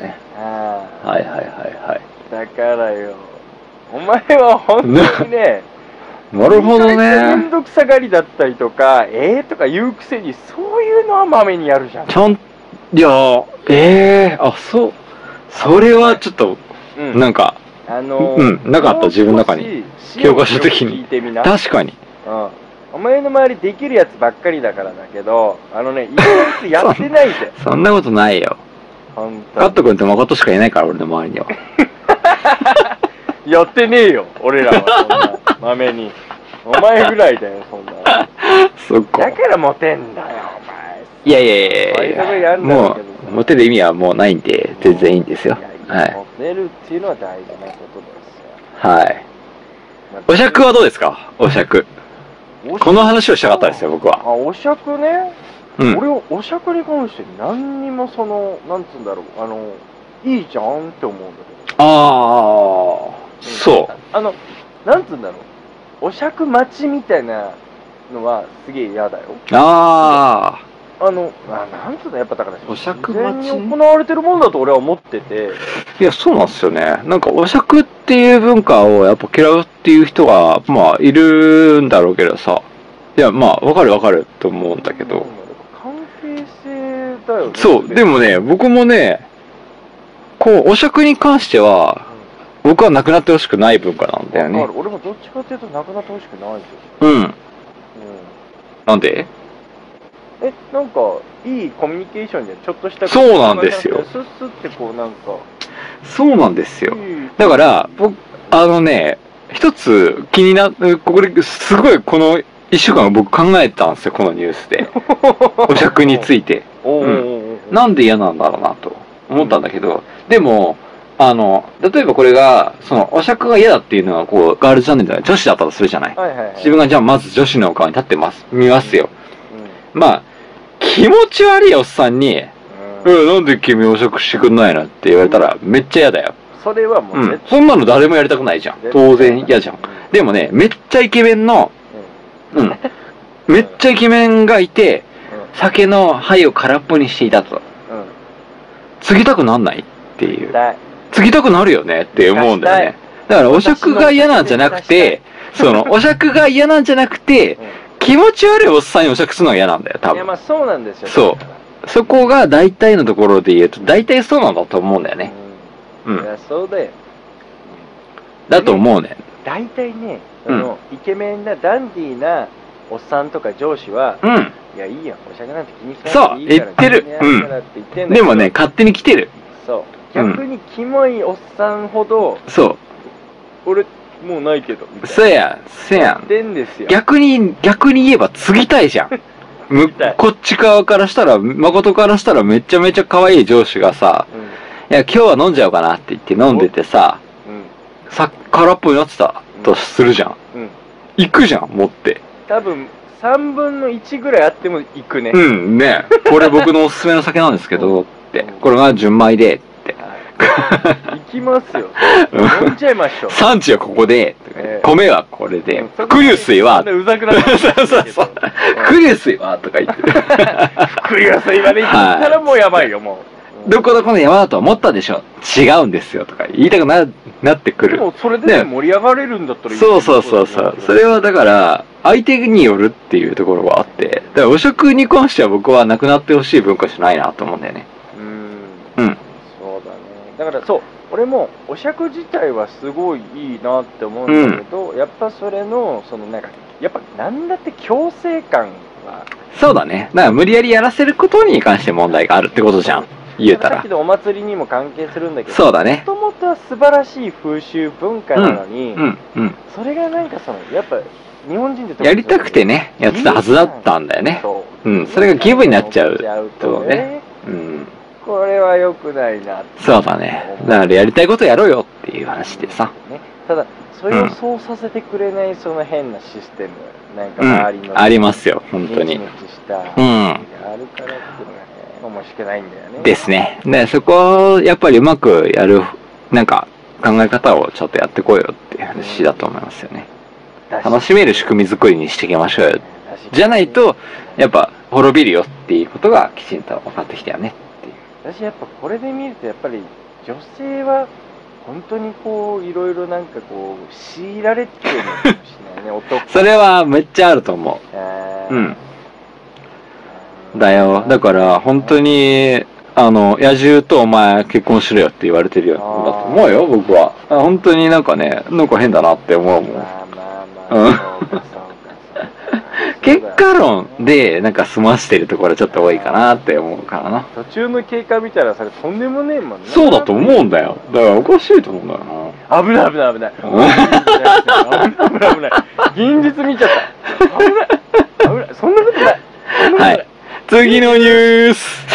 ああ、 はいはいはいはい。 だからよ、お前は本当にね、 なるほどめね。 んどくさがりだったりとか、えーとか言うくせに、そういうのはまめにやるじゃん。 ちゃん、いやー、ええー、あ、そう、それはちょっと、 うん、 なんか、 あのー、うん、なかった自分の中に。教科書的に。確かに。 うん。お前の周りできるやつばっかりだからだけど、あのね、意外とやってないぜ。 そんなことないよ。 ほんと。 カット君と誠しかいないから、俺の周りには。 やってねえよ、俺らはそんな、まめに。お前ぐらいだよ、そんな。 そっか。 だからモテんだよ、お前。 いやいやいやいや、もう、モテる意味はもうないんで、全然いいんですよ。はい。 モテるっていうのは大事なことですよ。はい。お酌はどうですか？お酌。この話をしたかったですよ、僕は。 あ、お酌ね。 うん。 俺、お酌に関して何にもその、なんつうんだろう、あの、いいじゃんって思うんだけど。 ああ、そう。 あの、なんつうんだろう、お酌待ちみたいなのはすげえ嫌だよ。 ああ。 あの、あ、なんつうんだ、やっぱだから、 お酌待ち自然に行われてるもんだと俺は思ってて。 いや、そうなんですよね。なんか、お酌っていう文化をやっぱ嫌うっていう人が、まあ、いるんだろうけどさ。いや、まあ、わかるわかると思うんだけど。 関係性だよね。 そう、でもね、僕もね、こう、お酌に関しては、うん、僕はなくなってほしくない文化なんだよね。 俺もどっちかっていうとなくなってほしくないですよ。 うん。うん。なんで？ え、なんか、いいコミュニケーションじゃん。ちょっとした。 そうなんですよ。 スッスってこうなんか。 そうなんですよ。だから、僕、あのね、一つ気になる、これ、すごいこの一週間僕考えたんですよ、このニュースで。お酌について。うん。なんで嫌なんだろうなと思ったんだけど、うん、でも、あの、例えばこれが、その、お酌が嫌だっていうのは、こう、ガールズチャンネルで女子だったとするじゃない。 はいはいはい、 自分がじゃあまず女子の側に立ってます。見ますよ。うん、まあ、気持ち悪いおっさんに、うん、なんで君お酌してくんないのって言われたら、めっちゃ嫌だよ。 それはもう、 うん、そんなの誰もやりたくないじゃん。当然嫌じゃん。でもね、めっちゃイケメンの、うん、めっちゃイケメンがいて、酒の灰を空っぽにしていたと。うん、継ぎたくなんないっていう。継ぎたくなるよねって思うんだよね。だからお酌が嫌なんじゃなくて、その、お酌が嫌なんじゃなくて、気持ち悪いおっさんにお酌するのが嫌なんだよ、多分。いや、 まあそうなんですよ。 そう。そこが大体のところで言うと、大体そうなんだと思うんだよね。 うん。いや、そうだよ。 だと思うね。 大体ね、あの、イケメンな、ダンディーなおっさんとか上司は、 うん。 いや、いいよ、お酌なんて気にしなくていいから。 そう、言ってる。うん。でもね、勝手に来てる。 そう。逆にキモいおっさんほど、 そう。 俺、もうないけど。 そうや、そうやん。逆に、逆に言えば継ぎたいじゃん。むこっち側からしたら、誠からしたらめちゃめちゃ可愛い上司がさ、うん、いや、今日は飲んじゃおうかなって言って飲んでてさ、うん、さ空っぽになってたとするじゃん。うん、行くじゃん、持って。 多分、さんぶんのいちぐらいあっても行くね。 うん、ね。これ僕のおすすめの酒なんですけど、って。これが純米で、って。 行きますよ。飲んじゃいましょう。 産地はここで、えー、米はこれで、伏流水は、 うざくなってる。 そうそうそう。伏流水はとか言って。 伏流水まで行ったらもうやばいよ、もう。どこどこの山だと思ったでしょ。違うんですよ、とか言いたくな、なってくる。 でもそれで盛り上がれるんだったらいい。 そうそうそうそう。それはだから、相手によるっていうところがあって、だからお食に関しては僕はなくなってほしい文化じゃないなと思うんだよね。うん。うん。 そうだね。だからそう、俺もお酌自体はすごいいいなって思うんだけど、うん、やっぱそれの、そのなんか、やっぱなんだって強制感は。 そうだね。だから無理やりやらせることに関して問題があるってことじゃん。言うたら。 さっきのお祭りにも関係するんだけど、 そうだね。 もともとは素晴らしい風習文化なのに、 うん、うん、うん。 それがなんかその、やっぱ、日本人でやりたくてね、やってたはずだったんだよね。う。うん。それが義務になっちゃうとね。うん。 これは良くないなって。 そうだね。だからやりたいことやろうよっていう話でさ。 ね、ただ、それをそうさせてくれないその変なシステム、なんか周りの、 うん、ありますよ、本当に。 ネチネチした、 うん。 あるからっていうのがね、面白くないんだよね。 ですね。で、そこをやっぱりうまくやる、なんか考え方をちょっとやってこいよっていう話だと思いますよね。楽しめる仕組み作りにしていきましょうよ。じゃないと、やっぱ滅びるよっていうことがきちんと分かってきたよねっていう。 私やっぱこれで見るとやっぱり女性は本当にこういろいろなんかこう強いられてるのかもしれないね男。 それはめっちゃあると思う。うん。だよ。だから本当にあの野獣とお前結婚しろよって言われてるようだと思うよ僕は。本当になんかねなんか変だなって思うもん。まあまあまあ。そうかそうかそうか。結果論でなんか済ましてるところちょっと多いかなって思うからな。 途中の経過見たらそれとんでもねえもんね。 そうだと思うんだよ。だからおかしいと思うんだよな。 危ない危ない危ない。危ない危ない危ない。現実見ちゃった。危ない危ない。そんなことない。 はい。次のニュース。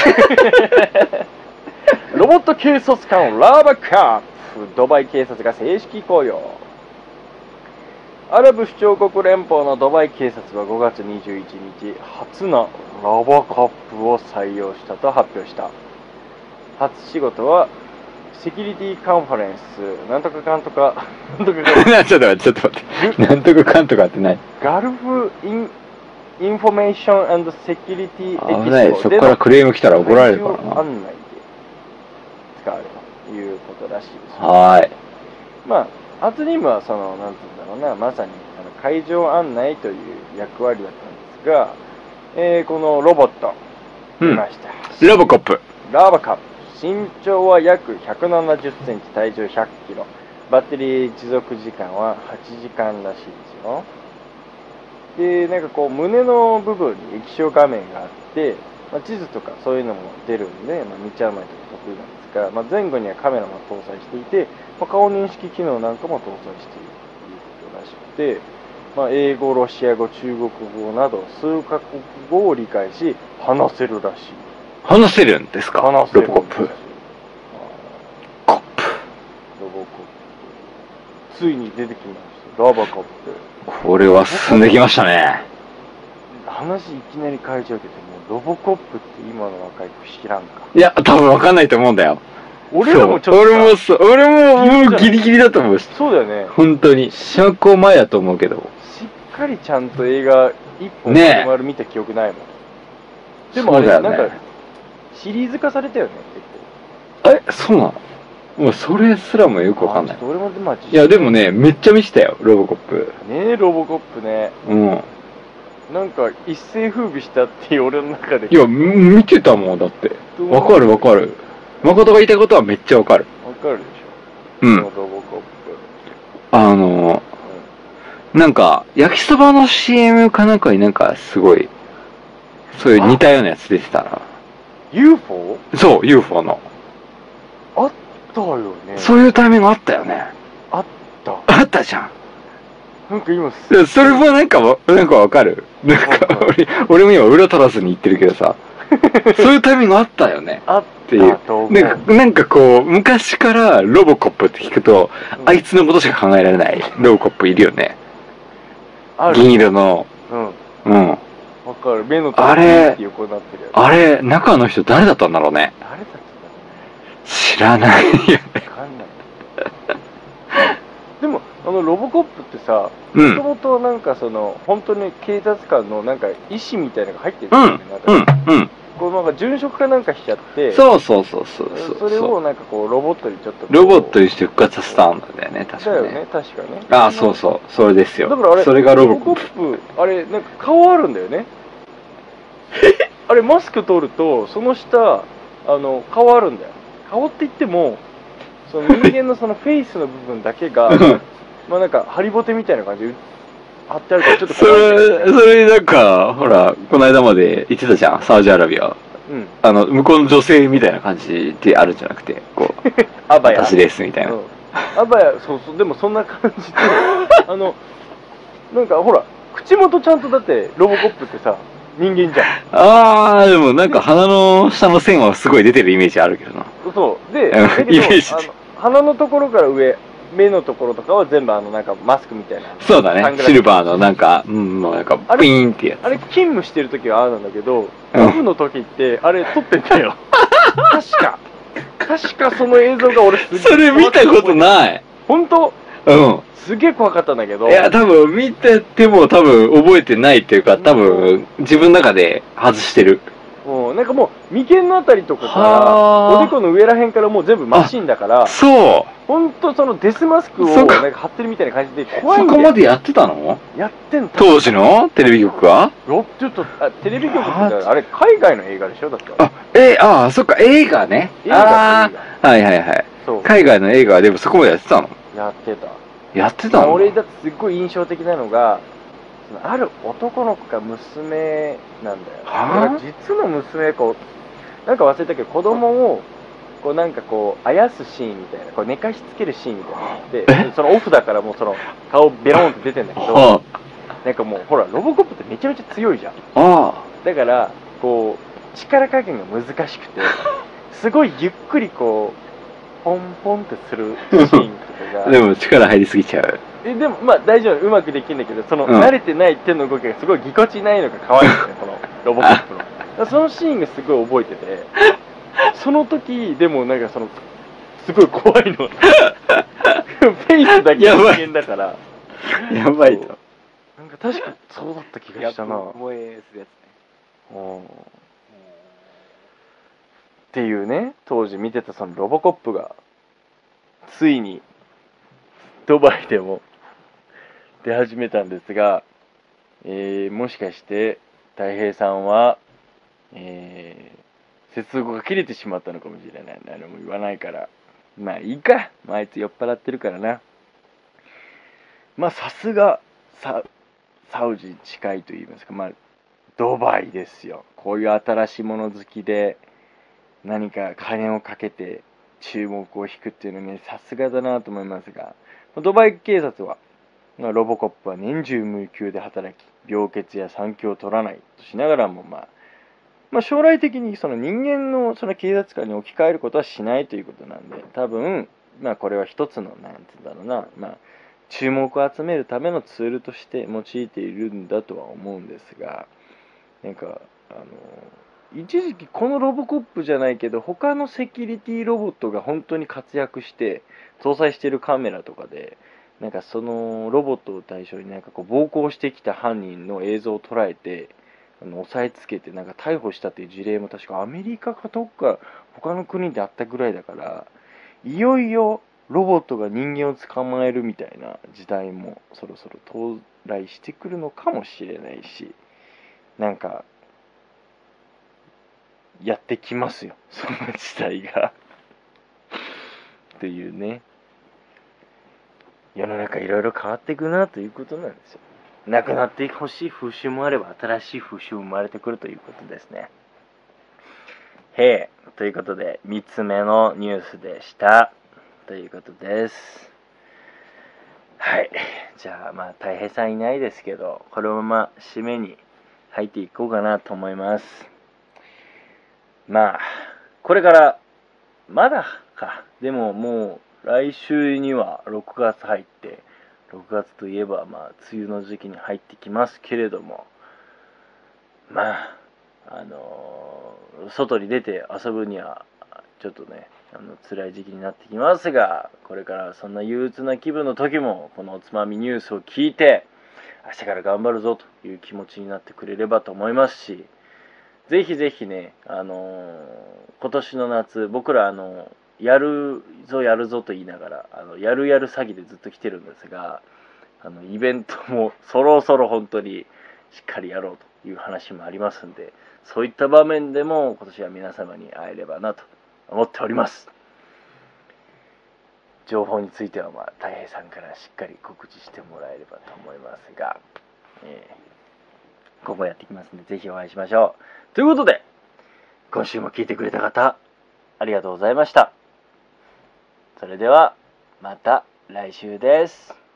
ロボット警察官ラバカップ。ドバイ警察が正式雇用。アラブ首長国連邦のドバイ警察はごがつにじゅういちにち、初のロボコップを採用したと発表した。初仕事はセキュリティカンファレンス、なんとかかんとか、なんとかかんとか。 ちょっと待って、ちょっと待って。なんとかかんとかってない。 ガルフイン、インフォメーション&セキュリティエキスポ危ない。そこからクレーム来たら怒られるからな。 案内で使われるということらしいです、 ね。はーい。 まあ、初任務はその、なんていうんだろうな、まさにあの会場案内という役割だったんですが、えー、このロボット、 うん、 いました。 ロボコップ。 ラバカップ。身長は約ひゃくななじゅっセンチ、体重ひゃっキロ。バッテリー持続時間ははちじかんらしいですよ。で、なんかこう、胸の部分に液晶画面があって、まあ、地図とかそういうのも出るんで、まあ、道案内とか得意なんですが、まあ、前後にはカメラも搭載していて、まあ、顔認識機能なんかも搭載しているということらしくて、まあ、英語、ロシア語、中国語など数カ国語を理解し話せるらしい。 話せるんですか？ 話せるんです。 ロボコップ。コップ。 ロボコップ。ついに出てきました。ラバコップ。 これは進んできましたね。 話いきなり変えちゃうけども、ロボコップって今の若い子知らんか？ いや、多分わかんないと思うんだよ。 俺らもちょっと。 俺もそう、俺ももうギリギリだと思うし。 そうだよね。 本当に。小学校前だと思うけど。 しっかりちゃんと映画一本丸々見た記憶ないもん。ね、でもあれ、ね、なんか、シリーズ化されたよね、 結構。え、そうなの？もうそれすらもよくわかんない。 俺もまあいや、でもね、めっちゃ見てたよ、ロボコップ。 ねえ、ロボコップね。 うん。 なんか、一世風靡したっていう俺の中で。 いや、見てたもん、だって。わかるわかる。誠が言いたいことはめっちゃわかる。 わかるでしょ。うん。 ロボコップ。 あの、うん、なんか、焼きそばの シーエム かなんかになんかすごい、そういう似たようなやつ出てたな。 ユーフォー？ そう、ユーフォー の。 あったよね。 そういうタイミングあったよね。 あった。 あったじゃん。 なんか今す、それもなんか、なんかわかる？なんか、俺、俺も今裏取らずに言ってるけどさ、そういうタイミングあったよね。 あっていう。 なんか、なんかこう、昔からロボコップって聞くと、うん、あいつのことしか考えられないロボコップいるよね。ある。銀色の。うん。うん。 わかる。目のところに横になってるやつ。 あれ、中の人誰だったんだろうね。 誰だったんだろうね。 知らないよね。 わかんない。でも、あのロボコップってさ、 もともとなんかその、本当に警察官のなんか意思みたいなのが入ってるんですよね。うん。うん。 こうなんか殉職かなんかしちゃって、 そうそうそうそうそう。 それをなんかこうロボットにちょっと。 ロボットにして復活させたんだよね、確かに、ね。 だよね、確かね。 ああ、そうそう、それですよ。 だからあれ、 それがロボコップ。 ロボコップ、あれ、なんか顔あるんだよね。あれ、マスク取ると、その下、あの、顔あるんだよ。顔って言っても、その人間のそのフェイスの部分だけが、まあなんか、ハリボテみたいな感じで貼ってあるからちょっと怖い、ね。それ、それなんか、ほら、この間まで言ってたじゃん、サウジアラビア。うん。あの、向こうの女性みたいな感じであるんじゃなくて、こう、 アバヤ。 私ですみたいな。うん、 アバヤ、そうそう、でもそんな感じで、あの、なんかほら、口元ちゃんとだって、ロボコップってさ、人間じゃん。 あー、でもなんか鼻の下の線はすごい出てるイメージあるけどな。 そう。で、 イメージ。 あの鼻のところから上、目のところとかは全部あのなんかマスクみたいな。 そうだね。シルバーのなんか、うん、もうなんか、ピーンってやつ。 あれ、勤務してるときはああなんだけど、オフのときって、あれ撮ってんだよ。確か。確かその映像が俺すげえ。 それ見たことない。 本当？ うん。 すげえ怖かったんだけど。 いや、多分見てても多分覚えてないっていうか、多分自分の中で外してる。 ううん、なんかもう眉間のあたりとかからはーおでこの上らへんからもう全部マシンだからそうほんとそのデスマスクをそこなんか貼ってるみたいな感じで怖いんそだよ。 こまでやってたの？ やってんの当時のテレビ局が？ やってた。あ、テレビ局ってあれ海外の映画でしょだって。 あ、えー、ああ、そっか、映画ね。 映画あ映画あ、はいはいはい。 そう海外の映画はでもそこまでやってたの？ やってた。 やってたの？ 俺だってすっごい印象的なのがそのある男の子か娘なんだよ。 はあだから実の娘こうなんか忘れたけど子供をこうなんかこうあやすシーンみたいなこう寝かしつけるシーンみたいなのがあってそのオフだからもうその顔ベロンって出てんだけどはなんかもうほらロボコップってめちゃめちゃ強いじゃん。 あ。あだからこう力加減が難しくてすごいゆっくりこうポンポンってするシーンとかあ。 がでも力入りすぎちゃう。 えでもまあ大丈夫うまくできるんだけどその、 うん慣れてない手の動きがすごいぎこちないのが可愛いんですねこのロボコップのだからそのシーンがすごい覚えててその時でもなんかそのすごい怖いのフェイスだけ人間だからやばいと。 なんか確かそうだった気がしたな萌えするやつね。 うんっていうね当時見てたそのロボコップがついにドバイでも出始めたんですが、えー、もしかしてたい平さんは、えー、接続が切れてしまったのかもしれない。何も言わないからまあいいか、まあ、あいつ酔っ払ってるからな。まあさすがササウジ近いと言いますか、まあドバイですよ。こういう新しいもの好きで何か金をかけて注目を引くっていうのはねさすがだなと思いますが、ドバイ警察はロボコップは年中無休で働き病欠や産休を取らないとしながらも、まあ、まあ将来的にその人間のその警察官に置き換えることはしないということなんで、多分まあこれは一つのなんて言うんだろうな、まあ注目を集めるためのツールとして用いているんだとは思うんですが、なんかあの一時期このロボコップじゃないけど他のセキュリティロボットが本当に活躍して搭載しているカメラとかでなんかそのロボットを対象になんかこう暴行してきた犯人の映像を捉えてあの押さえつけてなんか逮捕したっていう事例も確かアメリカかどっか他の国であったぐらいだから、いよいよロボットが人間を捕まえるみたいな時代もそろそろ到来してくるのかもしれないし、なんかやってきますよその時代がっていうね、世の中いろいろ変わっていくなということなんですよ。なくなってほしい風習もあれば新しい風習も生まれてくるということですね。へえ、ということでみっつめのニュースでしたということです。はい、じゃあまあたい平さんいないですけどこのまま締めに入っていこうかなと思います。まあこれからまだか、でももう来週にはろくがつ入ってろくがつといえばまあ梅雨の時期に入ってきますけれども、まああのー、外に出て遊ぶにはちょっとねあの辛い時期になってきますが、これからそんな憂鬱な気分の時もこのおつまみニュースを聞いて明日から頑張るぞという気持ちになってくれればと思いますし、ぜひぜひね、あのー、今年の夏僕らあのやるぞやるぞと言いながらあのやるやる詐欺でずっと来てるんですが、あのイベントもそろそろ本当にしっかりやろうという話もありますんで、そういった場面でも今年は皆様に会えればなと思っております。情報についてはまあたい平さんからしっかり告知してもらえればと思いますが、えー、今後やっていきますのでぜひお会いしましょうということで、今週も聞いてくれた方ありがとうございました。それではまた来週です。